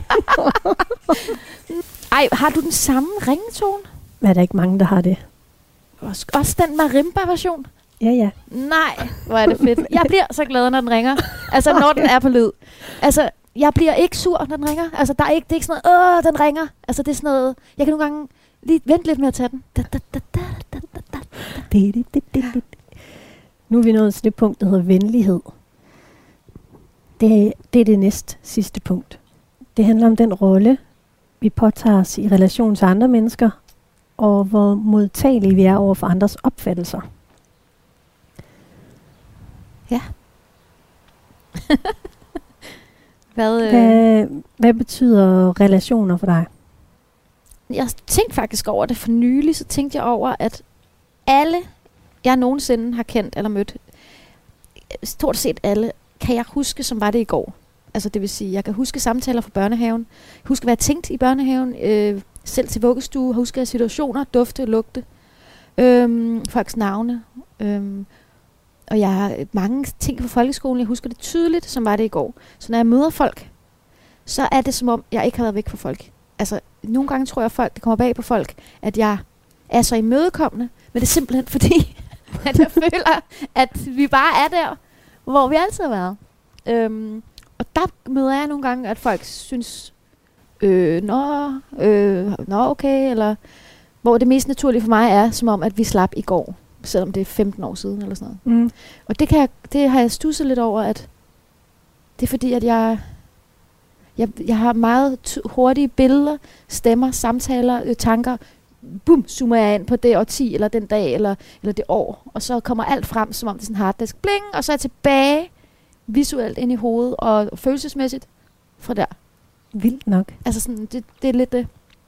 Speaker 2: Ej, har du den samme ringetone?
Speaker 1: Er der ikke mange, der har det?
Speaker 2: Også, også den marimba-version?
Speaker 1: Ja, ja.
Speaker 2: Nej, hvor er det fedt. Jeg bliver så glad, når den ringer. Altså, når den er på lyd. Altså, jeg bliver ikke sur, når den ringer. Altså, der er ikke, det er ikke sådan noget, åh, den ringer. Altså, det er sådan noget, jeg kan nogle gange lige vente lidt med at tage den. Da, da, da, da, da, da, da.
Speaker 1: Nu er vi nået til det punkt, der hedder venlighed. Det, det er det næst sidste punkt. Det handler om den rolle, vi påtager os i relation til andre mennesker, og hvor modtagelige vi er over for andres opfattelser.
Speaker 2: Ja. hvad, øh...
Speaker 1: hvad, hvad betyder relationer for dig?
Speaker 2: Jeg tænkte faktisk over det for nylig, så tænkte jeg over, at alle, jeg nogensinde har kendt eller mødt, stort set alle, kan jeg huske, som var det i går. Altså det vil sige, jeg kan huske samtaler fra børnehaven, huske hvad jeg tænkte i børnehaven, øh, selv til vuggestue, huske situationer, dufte, lugte, øh, folks navne. Øh, og jeg har mange ting fra folkeskolen, jeg husker det tydeligt, som var det i går. Så når jeg møder folk, så er det som om, jeg ikke har været væk fra folk. Altså nogle gange tror jeg, folk, det kommer bag på folk, at jeg er så imødekommende, men det er simpelthen fordi, at jeg føler, at vi bare er der, hvor vi altid har været. Øhm, og der møder jeg nogle gange, at folk synes, øh, nå, øh, nå okay, eller hvor det mest naturlige for mig er, som om, at vi slap i går, selvom det er femten år siden, eller sådan noget.
Speaker 1: Mm.
Speaker 2: Og det, kan jeg, det har jeg studset lidt over, at det er fordi, at jeg, jeg, jeg har meget t- hurtige billeder, stemmer, samtaler, øh, tanker. Bum, zoomer jeg ind på det årti, eller den dag, eller, eller det år. Og så kommer alt frem, som om det er sådan en harddisk. Bling, og så er jeg tilbage visuelt ind i hovedet, og følelsesmæssigt fra der.
Speaker 1: Vildt nok.
Speaker 2: Altså sådan, det, det er lidt det.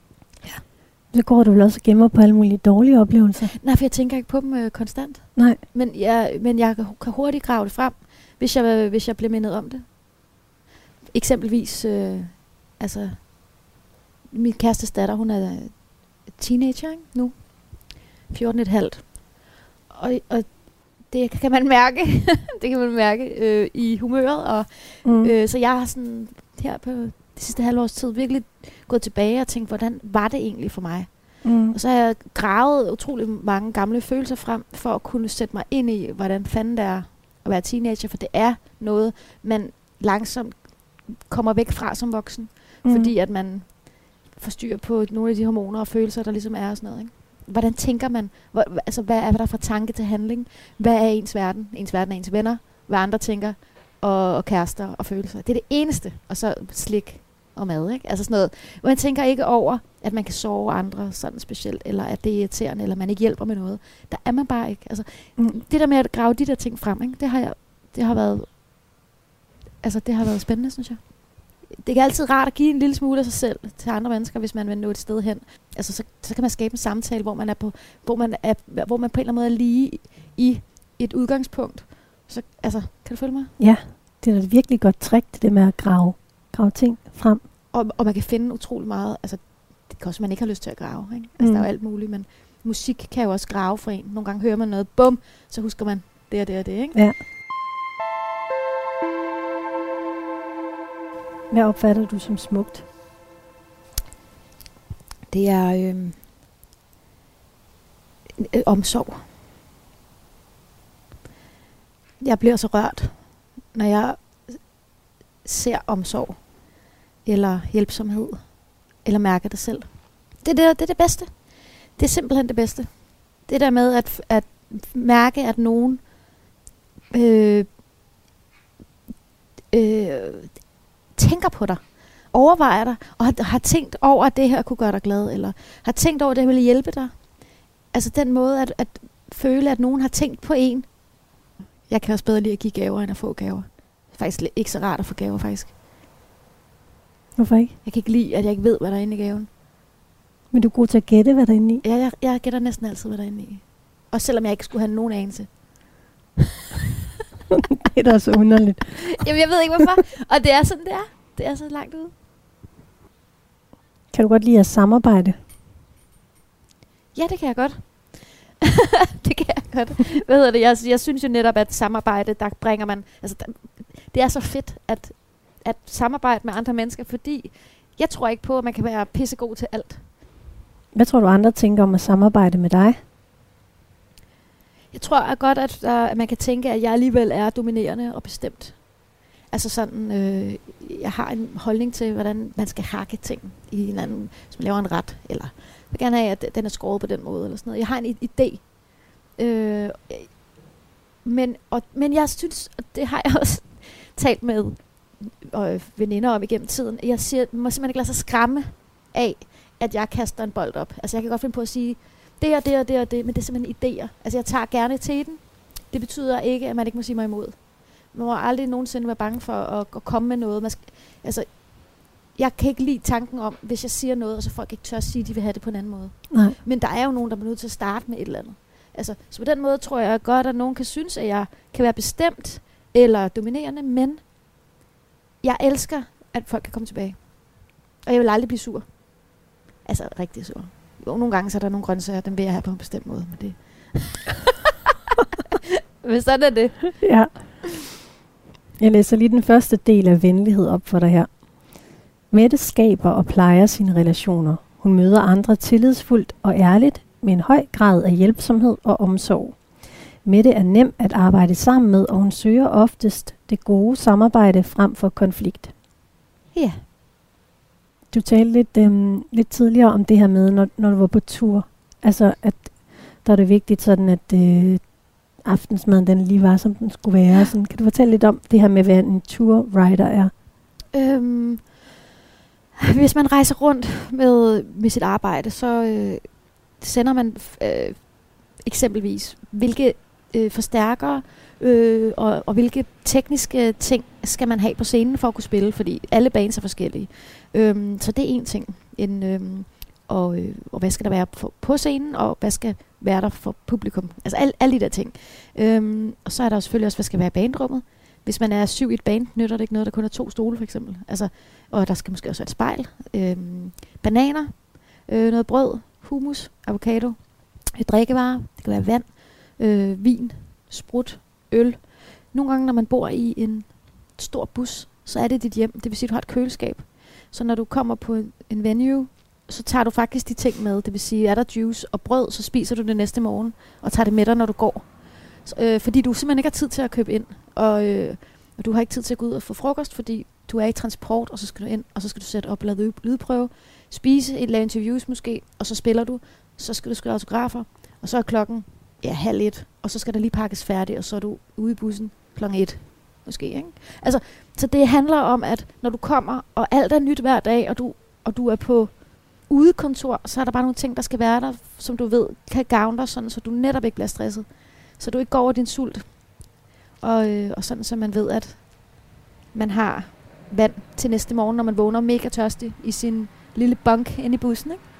Speaker 1: Så går du vel også og gemmer på alle mulige dårlige oplevelser?
Speaker 2: Nej, for jeg tænker ikke på dem øh, konstant.
Speaker 1: Nej.
Speaker 2: Men jeg, men jeg kan hurtigt grave det frem, hvis jeg, hvis jeg bliver mindet om det. Eksempelvis, øh, altså, min kærestes datter, hun er teenager, ikke? Nu. fjorten et halvt. Og, og det kan man mærke, det kan man mærke øh, i humøret. Og,
Speaker 1: Mm.
Speaker 2: øh, så jeg har sådan her på det sidste halvårs tid virkelig gået tilbage og tænkt, hvordan var det egentlig for mig?
Speaker 1: Mm.
Speaker 2: Og så har jeg gravet utrolig mange gamle følelser frem, for at kunne sætte mig ind i, hvordan fanden det er at være teenager, for det er noget, man langsomt kommer væk fra som voksen,
Speaker 1: Mm.
Speaker 2: fordi at man forstyrrer på nogle af de hormoner og følelser, der ligesom er og sådan noget, ikke? Hvordan tænker man? Hvor, altså, hvad er der fra tanke til handling? Hvad er ens verden? Ens verden er ens venner, hvad andre tænker, og, og kærester og følelser. Det er det eneste. Og så slik og mad, ikke? Altså sådan noget. Man tænker ikke over, at man kan sove andre sådan specielt, eller at det er irriterende, eller man ikke hjælper med noget. Der er man bare ikke. Altså,
Speaker 1: Mm.
Speaker 2: det der med at grave de der ting frem, ikke? Det har jeg, det har været, altså det har været spændende, synes jeg. Det er altid rart at give en lille smule af sig selv til andre mennesker, hvis man vil nå et sted hen. Altså så, så kan man skabe en samtale, hvor man er på, hvor man er, hvor man på en eller anden måde er lige i, i et udgangspunkt. Så altså, kan du følge mig?
Speaker 1: Ja, det er da et virkelig godt trick, det der med at grave, grave ting frem.
Speaker 2: Og, og man kan finde utrolig meget. Altså, det kan også, man ikke har lyst til at grave, ikke? Altså,
Speaker 1: Mm.
Speaker 2: der er jo alt muligt, men musik kan jo også grave for en. Nogle gange hører man noget, bum, så husker man det og det og det, ikke?
Speaker 1: Ja. Hvad opfatter du som smukt?
Speaker 2: Det er øh, øh, omsorg. Jeg bliver så rørt, når jeg ser omsorg, eller hjælpsomhed, eller mærker det selv. Det er det, det er det bedste. Det er simpelthen det bedste. Det der med at, at mærke, at nogen øh, øh, tænker på dig, overvejer dig, og har, har tænkt over, at det her kunne gøre dig glad, eller har tænkt over, at det ville hjælpe dig. Altså den måde, at, at føle, at nogen har tænkt på en. Jeg kan også bedre lide at give gaver, end at få gaver. Det er faktisk ikke så rart at få gaver, faktisk.
Speaker 1: Hvorfor ikke?
Speaker 2: Jeg kan ikke lide, at jeg ikke ved, hvad der er inde i gaven.
Speaker 1: Men du er god til at gætte, hvad der er inde i.
Speaker 2: Ja, jeg, jeg gætter næsten altid, hvad der er inde i. Også selvom jeg ikke skulle have nogen anelse.
Speaker 1: Det er da så underligt.
Speaker 2: Jamen, jeg ved ikke, hvorfor. Og det er sådan, det er. Det er så langt ude.
Speaker 1: Kan du godt lide at samarbejde?
Speaker 2: Ja, det kan jeg godt. Det kan jeg godt. Hvad hedder det? Jeg, jeg synes jo netop, at samarbejde, der bringer man... Altså, der, det er så fedt, at, at samarbejde med andre mennesker, fordi jeg tror ikke på, at man kan være pissegod til alt.
Speaker 1: Hvad tror du andre tænker om at samarbejde med dig?
Speaker 2: Jeg tror at godt, at, uh, at man kan tænke, at jeg alligevel er dominerende og bestemt. Altså sådan, øh, jeg har en holdning til, hvordan man skal hakke ting i en anden, hvis man laver en ret, eller jeg vil gerne have, at den er skåret på den måde, eller sådan noget. Jeg har en idé. Øh, men, og, men jeg synes, og det har jeg også talt med øh, veninder om igennem tiden, jeg siger, man må simpelthen ikke lade sig skræmme af, at jeg kaster en bold op. Altså jeg kan godt finde på at sige, det og det og det og det, men det er simpelthen idéer. Altså jeg tager gerne til den. Det betyder ikke, at man ikke må sige mig imod. Man må aldrig nogensinde være bange for at, at komme med noget. Man skal, altså, jeg kan ikke lide tanken om, hvis jeg siger noget, og så folk ikke tør at sige, at de vil have det på en anden måde.
Speaker 1: Nej.
Speaker 2: Men der er jo nogen, der er nødt til at starte med et eller andet. Altså, så på den måde tror jeg godt, at nogen kan synes, at jeg kan være bestemt eller dominerende, men jeg elsker, at folk kan komme tilbage. Og jeg vil aldrig blive sur. Altså, rigtig sur. Jo, nogle gange så er der nogle grøntsager, dem vil jeg have på en bestemt måde, men det... Men sådan er det.
Speaker 1: Ja. Jeg læser lige den første del af venlighed op for dig her. Mette skaber og plejer sine relationer. Hun møder andre tillidsfuldt og ærligt med en høj grad af hjælpsomhed og omsorg. Mette er nem at arbejde sammen med, og hun søger oftest det gode samarbejde frem for konflikt.
Speaker 2: Ja.
Speaker 1: Du talte lidt, øhm, lidt tidligere om det her med, når, når du var på tur. Altså, at der er det vigtigt sådan, at øh, aftensmaden den lige var, som den skulle være. Sådan, kan du fortælle lidt om det her med, hvad en tourrider er?
Speaker 2: Øhm, hvis man rejser rundt med, med sit arbejde, så øh, sender man øh, eksempelvis, hvilke øh, forstærkere øh, og, og hvilke tekniske ting skal man have på scenen for at kunne spille, fordi alle bands er forskellige. Øhm, så det er en ting. En, øhm, og, øh, og hvad skal der være på, på scenen, og hvad skal være der for publikum. Altså al, alle de der ting. Øhm, og så er der jo selvfølgelig også, hvad skal være i bandrummet. Hvis man er syv i et band, nytter det ikke noget, der kun er to stole for eksempel. Altså, og der skal måske også være et spejl. Øhm, bananer, øh, noget brød, hummus, avocado, drikkevarer, det kan være vand, øh, vin, sprut, øl. Nogle gange, når man bor i en stor bus, så er det dit hjem. Det vil sige, at du har et køleskab. Så når du kommer på en, en venue, så tager du faktisk de ting med. Det vil sige, er der juice og brød, så spiser du det næste morgen, og tager det med dig, når du går. Så, øh, fordi du simpelthen ikke har tid til at købe ind. Og, øh, og du har ikke tid til at gå ud og få frokost, fordi du er i transport, og så skal du ind, og så skal du sætte op og lave lydprøve, spise, et, lave interviews måske, og så spiller du. Så skal du skrive autografer, og så er klokken ja, halv et, og så skal der lige pakkes færdigt, og så er du ude i bussen klokken et. Måske, ikke? Altså, så det handler om, at når du kommer, og alt er nyt hver dag, og du, og du er på udekontor, så er der bare nogle ting, der skal være der, som du ved, kan gavne dig, sådan, så du netop ikke bliver stresset. Så du ikke går over din sult. Og, øh, og sådan, så man ved, at man har vand til næste morgen, når man vågner mega tørstig i sin lille bunk inde i bussen, ikke?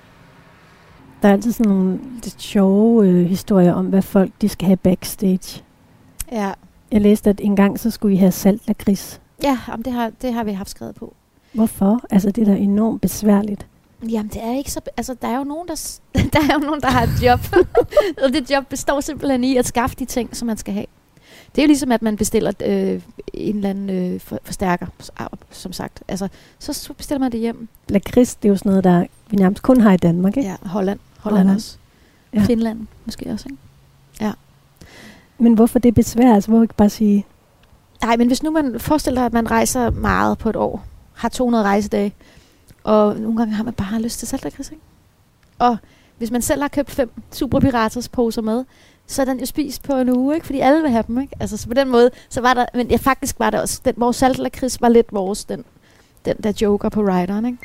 Speaker 1: Der er altid sådan nogle lidt sjove øh, historier om, hvad folk de skal have backstage.
Speaker 2: Ja.
Speaker 1: Jeg læste, at engang så skulle I have salt lakrids.
Speaker 2: Ja, jamen det, har, det har vi haft skrevet på.
Speaker 1: Hvorfor? Altså, det er da enormt besværligt.
Speaker 2: Jamen, det er ikke så... Altså, der er jo nogen, der, der, er jo nogen, der har et job. Og det job består simpelthen i at skaffe de ting, som man skal have. Det er jo ligesom, at man bestiller øh, en eller anden øh, for, forstærker, som sagt. Altså, så, så bestiller man det hjem.
Speaker 1: Lakrids, det er jo sådan noget, der vi nærmest kun har i Danmark, ikke?
Speaker 2: Ja, Holland. Holland, Holland. også. Ja. Finland måske også, ikke? Ja.
Speaker 1: Men hvorfor det besvær? Altså, hvorfor ikke bare sige...
Speaker 2: Nej, men hvis nu man forestiller sig, at man rejser meget på et år, har to hundrede rejsedage, og nogle gange har man bare lyst til saltlakrids, ikke? Og hvis man selv har købt fem Super Piratas poser med, så er den jo spist på en uge, ikke? Fordi alle vil have dem, ikke? Altså, så på den måde, så var der... Men ja, faktisk var der også... Den, vores saltlakrids var lidt vores, den, den der joker på rideren, ikke?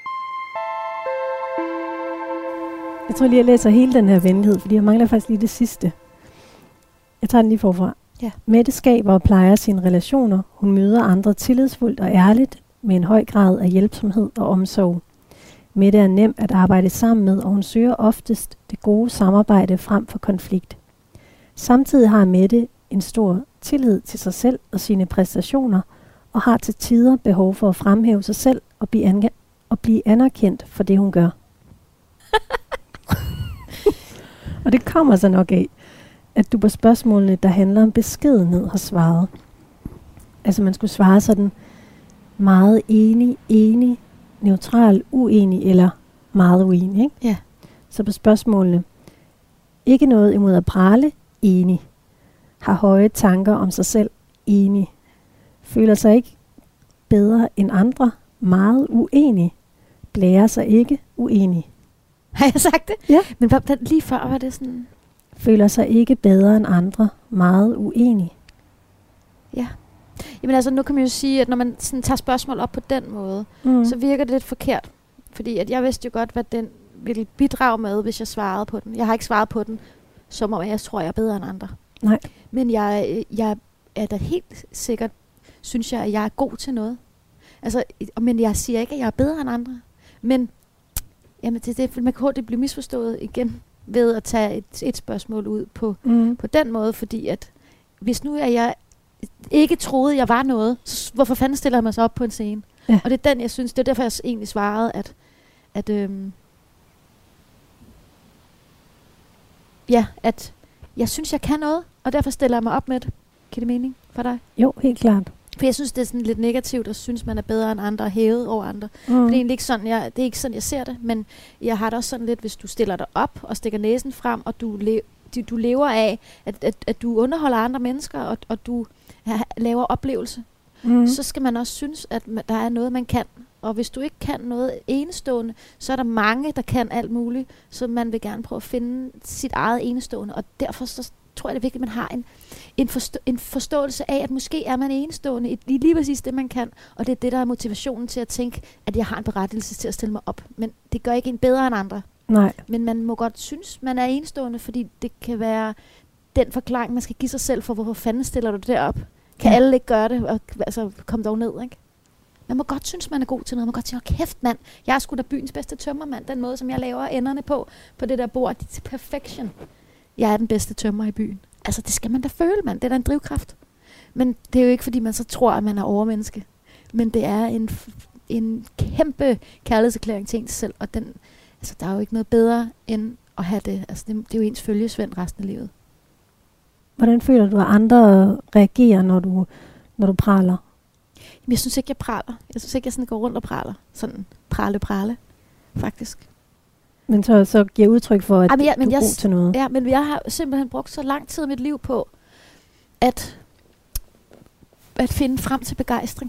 Speaker 1: Jeg tror lige, jeg læser hele den her venlighed, fordi jeg mangler faktisk lige det sidste. Jeg tager den lige forfra.
Speaker 2: Ja.
Speaker 1: Mette skaber og plejer sine relationer. Hun møder andre tillidsfuldt og ærligt med en høj grad af hjælpsomhed og omsorg. Mette er nem at arbejde sammen med, og hun søger oftest det gode samarbejde frem for konflikt. Samtidig har Mette en stor tillid til sig selv og sine præstationer, og har til tider behov for at fremhæve sig selv og blive, ange- og blive anerkendt for det, hun gør. Og det kommer så nok af, at du på spørgsmålene, der handler om beskedenhed, har svaret. Altså man skulle svare sådan meget enig, enig, neutral, uenig eller meget uenig, ikke?
Speaker 2: Ja.
Speaker 1: Så på spørgsmålene, ikke noget imod at prale, enig. Har høje tanker om sig selv, enig. Føler sig ikke bedre end andre, meget uenig. Blærer sig ikke, uenig.
Speaker 2: Har jeg sagt det?
Speaker 1: Ja.
Speaker 2: Men hvad, lige før var det sådan...
Speaker 1: Føler sig ikke bedre end andre, meget uenig.
Speaker 2: Ja. Jamen altså, nu kan man jo sige, at når man sådan tager spørgsmål op på den måde, mm. så virker det lidt forkert. Fordi at jeg vidste jo godt, hvad den ville bidrage med, hvis jeg svarede på den. Jeg har ikke svaret på den, som om jeg tror, jeg er bedre end andre.
Speaker 1: Nej.
Speaker 2: Men jeg, jeg er da helt sikkert, synes jeg, at jeg er god til noget. Altså, men jeg siger ikke, at jeg er bedre end andre. Men jamen, det, det, man kan hurtigt blive misforstået igen ved at tage et, et spørgsmål ud på, mm. på den måde, fordi at hvis nu er jeg ikke troede, jeg var noget, så hvorfor fanden stiller jeg mig så op på en scene? Ja. Og det er den, jeg synes, det er derfor, jeg egentlig svarede, at, at øhm, ja, at jeg synes, jeg kan noget, og derfor stiller jeg mig op med det. Giver det mening for dig?
Speaker 1: Jo, helt klart.
Speaker 2: For jeg synes, det er sådan lidt negativt, at synes, man er bedre end andre og hævet over andre. Mm. Det er egentlig ikke sådan, jeg, det er ikke sådan, jeg ser det, men jeg har det også sådan lidt, hvis du stiller dig op og stikker næsen frem, og du le- du, du lever af, at, at, at du underholder andre mennesker, og, og du ja, laver oplevelse, mm. så skal man også synes, at man, der er noget, man kan. Og hvis du ikke kan noget enestående, så er der mange, der kan alt muligt, så man vil gerne prøve at finde sit eget enestående. Og derfor så tror jeg, det er vigtigt, at man har en, en, forstå- en forståelse af, at måske er man enestående i lige, lige præcis det, man kan. Og det er det, der er motivationen til at tænke, at jeg har en berettigelse til at stille mig op. Men det gør ikke en bedre end andre.
Speaker 1: Nej.
Speaker 2: Men man må godt synes, man er enestående, fordi det kan være den forklaring, man skal give sig selv for, hvorfor fanden stiller du derop. Kan ja. alle ikke gøre det, og altså, kom dog ned, ikke? Man må godt synes, man er god til noget. Man må godt sige, oh, kæft mand, jeg er sgu da byens bedste tømmermand. Den måde, som jeg laver enderne på, på det der bord, det er til perfection. Jeg er den bedste tømmer i byen. Altså, det skal man da føle, mand. Det er da en drivkraft. Men det er jo ikke, fordi man så tror, at man er overmenneske. Men det er en, en kæmpe kærlighedserklæring til ens selv. Og den, altså, der er jo ikke noget bedre, end at have det. Altså, det, det er jo ens følgesvend resten af livet.
Speaker 1: Hvordan føler du, at andre reagerer, når du, når du praler?
Speaker 2: Jamen, jeg synes ikke, jeg praler. Jeg synes ikke, jeg sådan går rundt og praler. Sådan prale, prale, faktisk.
Speaker 1: Men så, så giver udtryk for, at
Speaker 2: Jamen, ja, men
Speaker 1: du er
Speaker 2: jeg,
Speaker 1: god til noget.
Speaker 2: Ja, men jeg har simpelthen brugt så lang tid af mit liv på, at, at finde frem til begejstring.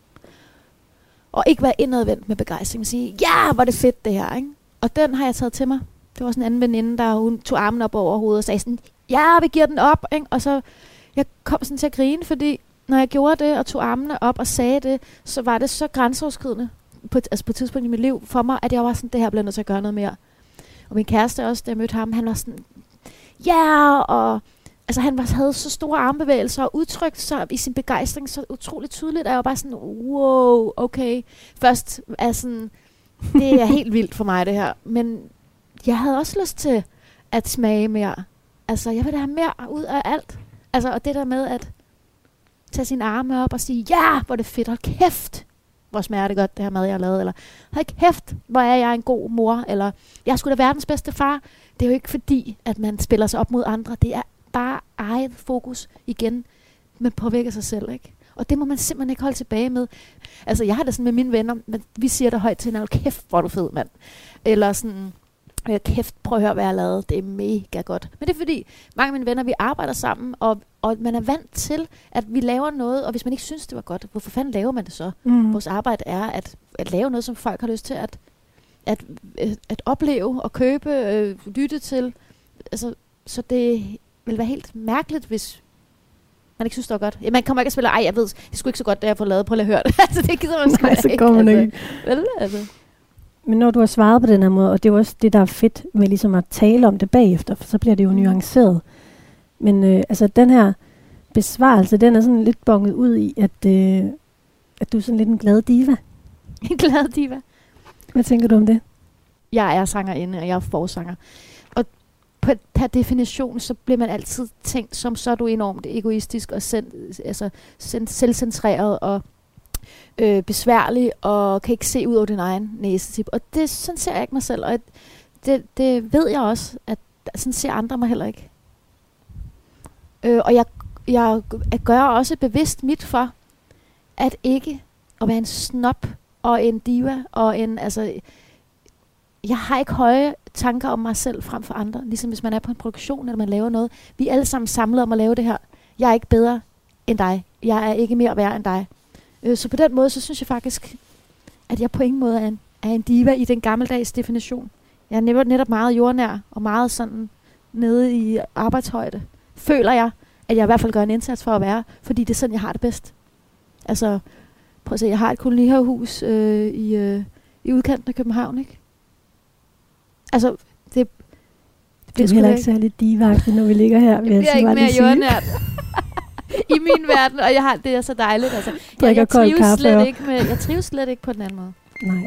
Speaker 2: Og ikke være indadvendt med begejstring. Men sige, ja, hvor er det fedt det her, ikke? Og den har jeg taget til mig. Det var sådan en anden veninde, der hun tog armen op over hovedet og sagde sådan, ja, vi giver den op, ikke? Og så jeg kom sådan til at grine, fordi når jeg gjorde det og tog armene op og sagde det, så var det så grænseoverskridende på, altså på et tidspunkt i mit liv for mig, at jeg var sådan, det her bliver nødt til at gøre noget mere. Og min kæreste også, da jeg mødte ham, han var sådan, ja, yeah! Og altså han var, havde så store armbevægelser og udtrykte sig i sin begejstring så utroligt tydeligt, at jeg var bare sådan, wow, okay. Først er sådan, det er helt vildt for mig det her, men jeg havde også lyst til at smage mere. Altså, jeg vil da have mere ud af alt. Altså, og det der med at tage sine arme op og sige, ja, hvor er det fedt, hold kæft, hvor smager det godt, det her mad, jeg har lavet, eller hold kæft, hvor er jeg en god mor, eller jeg er sgu da verdens bedste far. Det er jo ikke fordi, at man spiller sig op mod andre, det er bare eget fokus igen, man påvirker sig selv, ikke? Og det må man simpelthen ikke holde tilbage med. Altså, jeg har det sådan med mine venner, men vi siger det højt til hinanden, hold kæft, hvor er du fed, mand. Eller sådan, kæft, prøv at høre, hvad jeg har lavet. Det er mega godt. Men det er fordi, mange af mine venner, vi arbejder sammen, og, og man er vant til, at vi laver noget, og hvis man ikke synes, det var godt, hvorfor fanden laver man det så? Mm. Vores arbejde er at, at lave noget, som folk har lyst til at, at, at, at opleve og købe, øh, lytte til. Altså, så det vil være helt mærkeligt, hvis man ikke synes, det var godt. Ja, man kommer ikke at spille, ej, jeg ved, det er sgu ikke så godt, det jeg får lavet, prøv at høre det. Altså, det gider man sgu
Speaker 1: Nej, så
Speaker 2: ikke.
Speaker 1: går man
Speaker 2: altså,
Speaker 1: ikke.
Speaker 2: Vel, altså.
Speaker 1: Men når du har svaret på den her måde, og det er jo også det, der er fedt med ligesom at tale om det bagefter, for så bliver det jo nuanceret. Men øh, altså den her besvarelse, den er sådan lidt bonget ud i, at, øh, at du er sådan lidt en glad diva.
Speaker 2: En glad diva.
Speaker 1: Hvad tænker du om det?
Speaker 2: Jeg er sangerinde, og jeg er forsanger. Og på, per definition, så bliver man altid tænkt som, så er du enormt egoistisk og sen, altså, sen, selvcentreret og øh, besværlig og kan ikke se ud over din egen næsetip. Og det, sådan ser jeg ikke mig selv, og det, det ved jeg også, at sådan ser andre mig heller ikke. Øh, og jeg, jeg, jeg gør også bevidst mit for, at ikke at være en snob og en diva og en, altså, jeg har ikke høje tanker om mig selv frem for andre, ligesom hvis man er på en produktion, eller man laver noget. Vi er alle sammen samlet om at lave det her. Jeg er ikke bedre end dig. Jeg er ikke mere værd end dig. Øh, så på den måde, så synes jeg faktisk, at jeg på ingen måde er en, er en diva i den gammeldags definition. Jeg er netop, netop meget jordnær, og meget sådan nede i arbejdshøjde. Føler jeg, at jeg i hvert fald gør en indsats for at være, fordi det er sådan, jeg har det bedst. Altså, prøv at se, jeg har et kolonihavehus øh, i, øh, i udkanten af København, ikke? Altså, det, det
Speaker 1: bliver heller ikke særlig divagtigt, når vi ligger her.
Speaker 2: Det bliver ikke mere jordnært i min verden, og jeg har, det er så dejligt. Altså. Jeg, jeg, trives kaffe, slet ikke med, jeg trives slet ikke på den anden måde.
Speaker 1: Nej.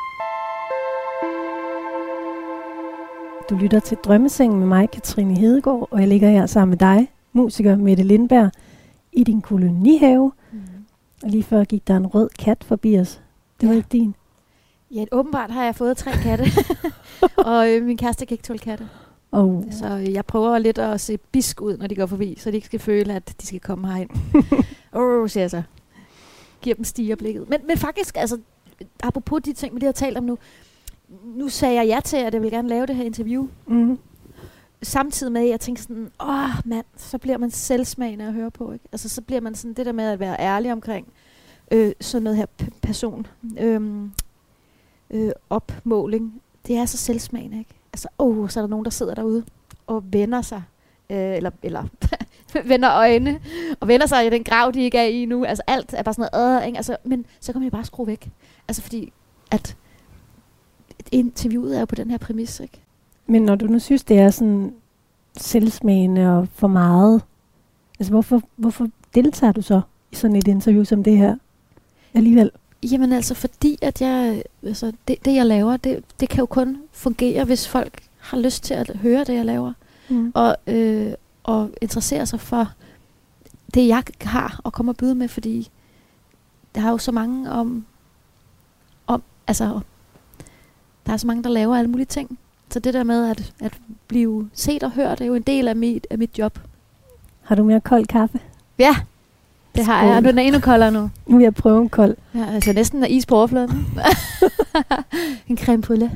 Speaker 1: Du lytter til Drømmesengen med mig, Katrine Hedegaard, og jeg ligger her sammen med dig, musiker Mette Lindberg, i din kolonihave. Mm. Og lige før gik der en rød kat forbi os. Det var
Speaker 2: ja.
Speaker 1: ikke din.
Speaker 2: Ja, åbenbart har jeg fået tre katte, og øh, min kæreste kan ikke tåle katte.
Speaker 1: Oh.
Speaker 2: Så øh, jeg prøver lidt at se bisk ud, når de går forbi, så de ikke skal føle, at de skal komme herind. Åh, oh, siger jeg så. Giver dem stigerblikket. Men, men faktisk, altså, apropos de ting, vi har talt om nu, nu sagde jeg ja til, at jeg vil gerne lave det her interview. Mm-hmm. samtidig med, at jeg tænker sådan, åh mand, så bliver man selvsmagende at høre på, ikke? Altså så bliver man sådan, det der med at være ærlig omkring øh, sådan noget her p- person, øh, øh, opmåling, det er så selvsmagende, ikke? Altså, åh, oh, så er der nogen, der sidder derude og vender sig, øh, eller, eller vender øjne, og vender sig i den grav, de ikke er i nu. Altså alt er bare sådan noget, øh, ikke? Altså, men så kan man jo bare skrue væk. Altså fordi, at interviewet er jo på den her præmis, ikke?
Speaker 1: Men når du nu synes, det er sådan selvsmagende og for meget, altså hvorfor, hvorfor deltager du så i sådan et interview som det her alligevel?
Speaker 2: Jamen altså fordi, at jeg, altså det, det jeg laver, det, det kan jo kun fungere, hvis folk har lyst til at høre det, jeg laver. Mm. Og, øh, og interessere sig for det, jeg har at komme og byde med, fordi der er jo så mange om, om altså, der er så mange, der laver alle mulige ting. Så det der med at, at blive set og hørt, er jo en del af mit, af mit job.
Speaker 1: Har du mere kold kaffe?
Speaker 2: Ja, det har jeg, og den er endnu koldere nu.
Speaker 1: Nu vil jeg prøve en kold.
Speaker 2: Ja, altså næsten er is på overfladen. En creme brûlée.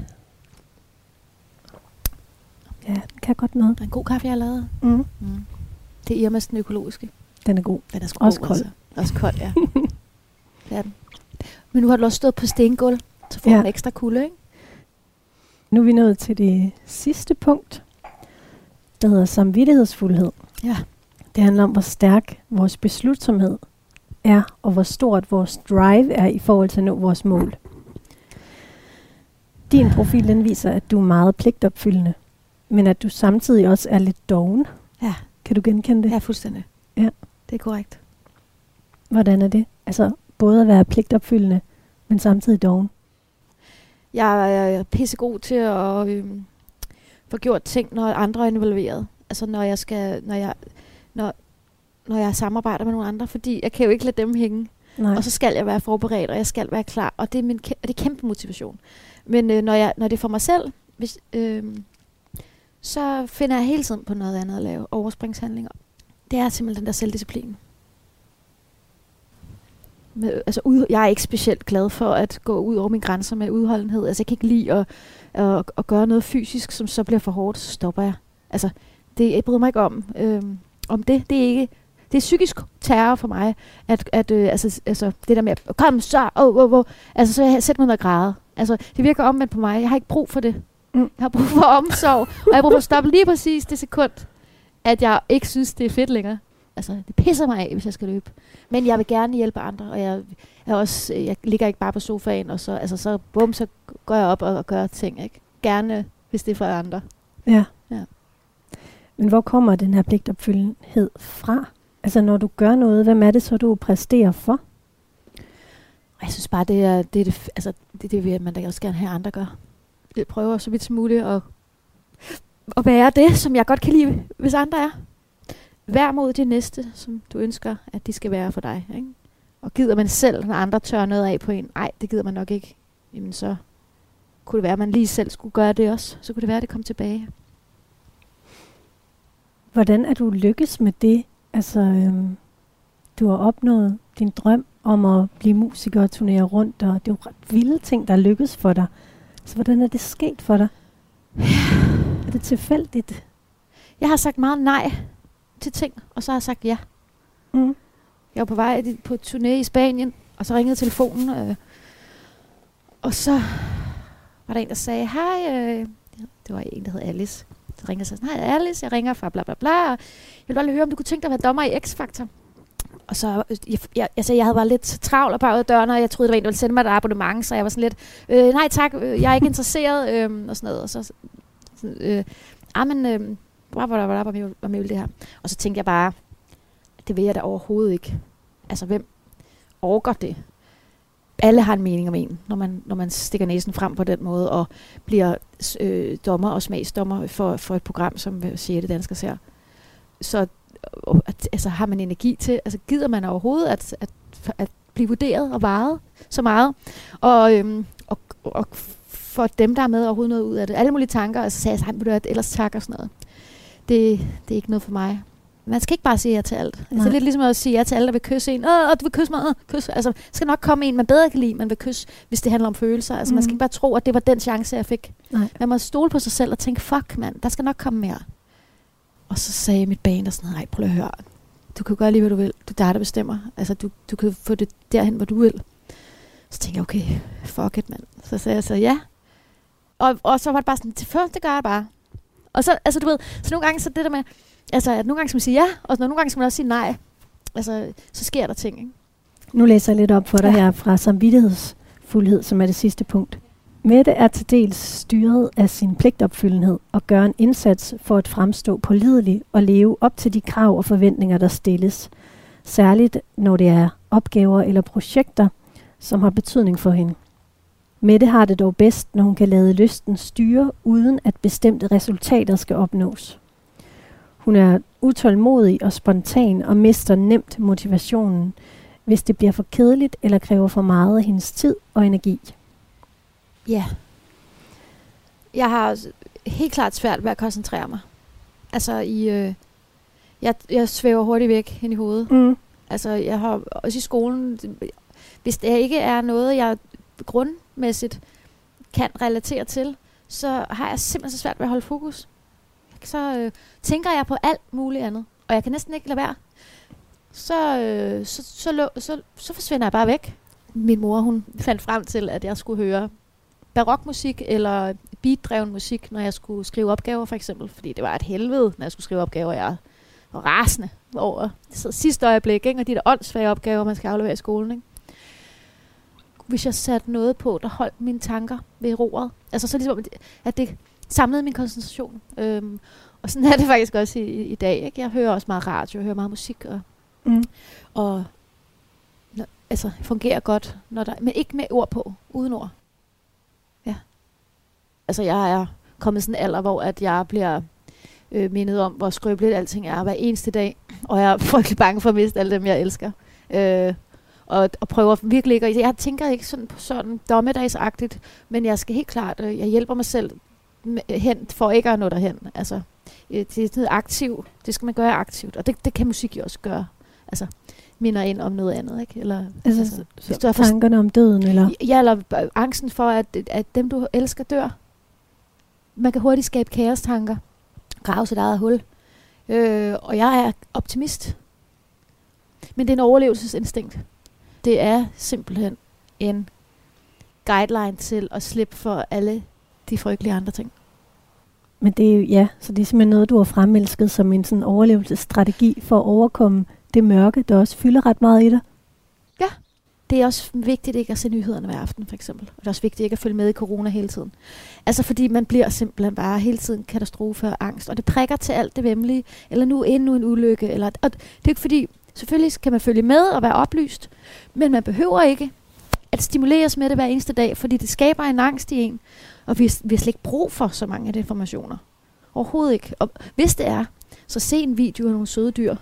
Speaker 1: Ja, det kan godt noget.
Speaker 2: Det er en god kaffe, jeg har lavet.
Speaker 1: Mm.
Speaker 2: Mm. Det er Irmas den økologiske.
Speaker 1: Den er god.
Speaker 2: Den er sgu
Speaker 1: også
Speaker 2: god,
Speaker 1: kold.
Speaker 2: Altså. Også kold, ja. Det er den. Men nu har du også stået på stengulv, så får
Speaker 1: ja.
Speaker 2: en ekstra kulde, ikke?
Speaker 1: Nu er vi nået til det sidste punkt, der hedder samvittighedsfuldhed.
Speaker 2: Ja.
Speaker 1: Det handler om, hvor stærk vores beslutsomhed er, og hvor stort vores drive er i forhold til at nå vores mål. Din profil, den viser, at du er meget pligtopfyldende, men at du samtidig også er lidt doven.
Speaker 2: Ja.
Speaker 1: Kan du genkende det?
Speaker 2: Ja, fuldstændig.
Speaker 1: Ja.
Speaker 2: Det er korrekt.
Speaker 1: Hvordan er det? Altså, både at være pligtopfyldende, men samtidig doven.
Speaker 2: Jeg er pissegod til at øh, få gjort ting, når andre er involveret. Altså når jeg skal, når jeg, når, når jeg samarbejder med nogle andre, fordi jeg kan jo ikke lade dem hænge.
Speaker 1: Nej.
Speaker 2: Og så skal jeg være forberedt, og jeg skal være klar, og det er min kæ- og det er kæmpe motivation. Men øh, når jeg, når det er for mig selv, hvis, øh, så finder jeg hele tiden på noget andet at lave. Overspringshandlinger. Det er simpelthen den der selvdisciplin. Med, altså ud, jeg er ikke specielt glad for at gå ud over mine grænser med udholdenhed. Altså jeg kan ikke lide at, at, at gøre noget fysisk, som så bliver for hårdt, så stopper jeg. Altså det, jeg bryder mig ikke om, øh, om det. Det er ikke, det er psykisk terror for mig, at, at øh, altså, altså det der med, at kom så, oh, oh, oh. Altså så jeg sætter mig ned og græde. Altså det virker omvendt på mig. Jeg har ikke brug for det. Mm. Jeg har brug for omsorg, og jeg har brug for at stoppe lige præcis det sekund, at jeg ikke synes, det er fedt længere. Altså, det pisser mig af, hvis jeg skal løbe. Men jeg vil gerne hjælpe andre, og jeg, jeg, også, jeg ligger ikke bare på sofaen, og så, altså, så, bum, så går jeg op og, og gør ting. Ikke? Gerne, hvis det er for andre.
Speaker 1: Ja.
Speaker 2: ja.
Speaker 1: Men hvor kommer den her pligtopfyldenhed fra? Altså, når du gør noget, hvem er det så, du præsterer for?
Speaker 2: Jeg synes bare, det er det, er det, altså, det, det vil man da også gerne have, andre gør. Jeg prøver så vidt som muligt at, at være det, som jeg godt kan lide, hvis andre er. Vær mod de næste, som du ønsker, at de skal være for dig. Ikke? Og gider man selv, når andre tør noget af på en, nej, det gider man nok ikke, jamen så kunne det være, at man lige selv skulle gøre det også. Så kunne det være, at det kom tilbage.
Speaker 1: Hvordan er du lykkes med det? Altså, øhm, du har opnået din drøm om at blive musiker og turnere rundt, og det er jo ret vilde ting, der lykkes for dig. Så hvordan er det sket for dig? Er det tilfældigt?
Speaker 2: Jeg har sagt meget nej til ting, og så har jeg sagt ja. Mm. Jeg var på vej på turné i Spanien, og så ringede telefonen, øh, og så var der en, der sagde, hej, øh, det var en, der hed Alice. Så ringede jeg og sagde, hej Alice, jeg ringer fra bla bla bla, og jeg ville bare lige høre, om du kunne tænke dig at være dommer i X-Factor. Og så, jeg, jeg, altså, jeg havde bare lidt travlt og bare ud af døren, og jeg troede, der var en, der ville sende mig et abonnement, så jeg var sådan lidt, øh, nej tak, øh, jeg er ikke interesseret, øh, og sådan noget. Og så, øh, ah, men, øh, Hvor var med det her? Og så tænkte jeg bare, det vil jeg da overhovedet ikke. Altså, hvem orker det? Alle har en mening om en, når man, når man stikker næsen frem på den måde, og bliver øh, dommer og smagsdommer for, for et program, som sjette dansker ser. Så at, altså, har man energi til, altså gider man overhovedet at, at, at blive vurderet og varet så meget? Og, øhm, og, og for dem, der er med overhovedet noget ud af det. Alle mulige tanker, og så sagde jeg, at ellers tak og sådan noget. Det, det er ikke noget for mig. Man skal ikke bare sige ja til alt. Altså, det er lidt ligesom at sige ja til alle, der vil kysse en. Åh, du vil kysse mig. Åh, kysse. Altså, skal nok komme en, man bedre kan lide, man vil kysse, hvis det handler om følelser. Altså, mm. man skal ikke bare tro, at det var den chance, jeg fik. Nej. Man må stole på sig selv og tænke, fuck mand, der skal nok komme mere. Og så sagde mit band og sådan noget, nej, prøv at høre. Du kan gøre lige, hvad du vil. Du er dig, der bestemmer. Altså, du, du kan få det derhen, hvor du vil. Så tænkte jeg, okay, fuck it, mand. Så sagde jeg så, ja. Og, og så var det bare sådan, til først, det gør jeg bare. Og så, altså, du ved, så nogle gange, så det der med, altså, at nogle gange skal man sige ja, og nogle gange skal man også sige nej. Altså, så sker der ting, ikke?
Speaker 1: Nu læser jeg lidt op for dig her fra samvittighedsfuldhed, som er det sidste punkt. Mette er til dels styret af sin pligtopfyldenhed og gør en indsats for at fremstå pålidelig og leve op til de krav og forventninger, der stilles. Særligt når det er opgaver eller projekter, som har betydning for hende. Mette har det dog bedst, når hun kan lade lysten styre, uden at bestemte resultater skal opnås. Hun er utålmodig og spontan og mister nemt motivationen, hvis det bliver for kedeligt eller kræver for meget af hendes tid og energi.
Speaker 2: Ja. Jeg har helt klart svært ved at koncentrere mig. Altså, i, øh, jeg, jeg svæver hurtigt væk hen i hovedet.
Speaker 1: Mm.
Speaker 2: Altså, jeg har også i skolen, hvis det ikke er noget, jeg grundmæssigt kan relatere til, så har jeg simpelthen så svært ved at holde fokus. Så øh, tænker jeg på alt muligt andet, og jeg kan næsten ikke lade være. Så, øh, så, så, så, så, så forsvinder jeg bare væk. Min mor, hun fandt frem til, at jeg skulle høre barokmusik eller beatdreven musik, når jeg skulle skrive opgaver, for eksempel. Fordi det var et helvede, når jeg skulle skrive opgaver. Jeg var rasende over så sidste øjeblik, ikke? Og de der åndssvage opgaver, man skal aflevere i skolen. Ikke? Hvis jeg satte noget på, der holdt mine tanker ved roret. Altså så ligesom, at det samlede min koncentration. Øhm, og sådan er det faktisk også i, i dag. Ikke? Jeg hører også meget radio, jeg hører meget musik. Og,
Speaker 1: mm.
Speaker 2: og når, altså fungerer godt, når der, men ikke med ord på, uden ord. Ja. Altså jeg er kommet sådan en alder, hvor at jeg bliver øh, mindet om, hvor skrøbeligt alting er hver eneste dag. Og jeg er frygtelig bange for at miste alle dem, jeg elsker. Øh, og, og prøver virkelig ikke. Jeg tænker ikke sådan på sådan dommedagsagtigt, men jeg skal helt klart, øh, jeg hjælper mig selv hen, for ikke at nå derhen. Altså, øh, det er noget aktivt. Det skal man gøre aktivt. Og det, det kan musik jo også gøre. Altså, minder ind om noget andet, ikke? Eller,
Speaker 1: altså,
Speaker 2: altså
Speaker 1: så, så tankerne om døden, eller?
Speaker 2: Ja, eller øh, angsten for, at, at dem, du elsker, dør. Man kan hurtigt skabe kaostanker. Grave sit eget hul. Øh, og jeg er optimist. Men det er en overlevelsesinstinkt. Det er simpelthen en guideline til at slippe for alle de frygtelige andre ting.
Speaker 1: Men det er jo, ja, så det er simpelthen noget, du har fremelsket som en sådan overlevelsesstrategi for at overkomme det mørke, der også fylder ret meget i dig.
Speaker 2: Ja, det er også vigtigt ikke at se nyhederne hver aften, for eksempel. Og det er også vigtigt ikke at følge med i corona hele tiden. Altså fordi man bliver simpelthen bare hele tiden katastrofe og angst, og det prikker til alt det væmmelige, eller nu endnu en ulykke. Eller, og det er ikke fordi, selvfølgelig kan man følge med og være oplyst, men man behøver ikke at stimuleres med det hver eneste dag, fordi det skaber en angst i en, og vi, vi har slet ikke brug for så mange af de informationer. Overhovedet ikke. Og hvis det er, så se en video af nogle søde dyr.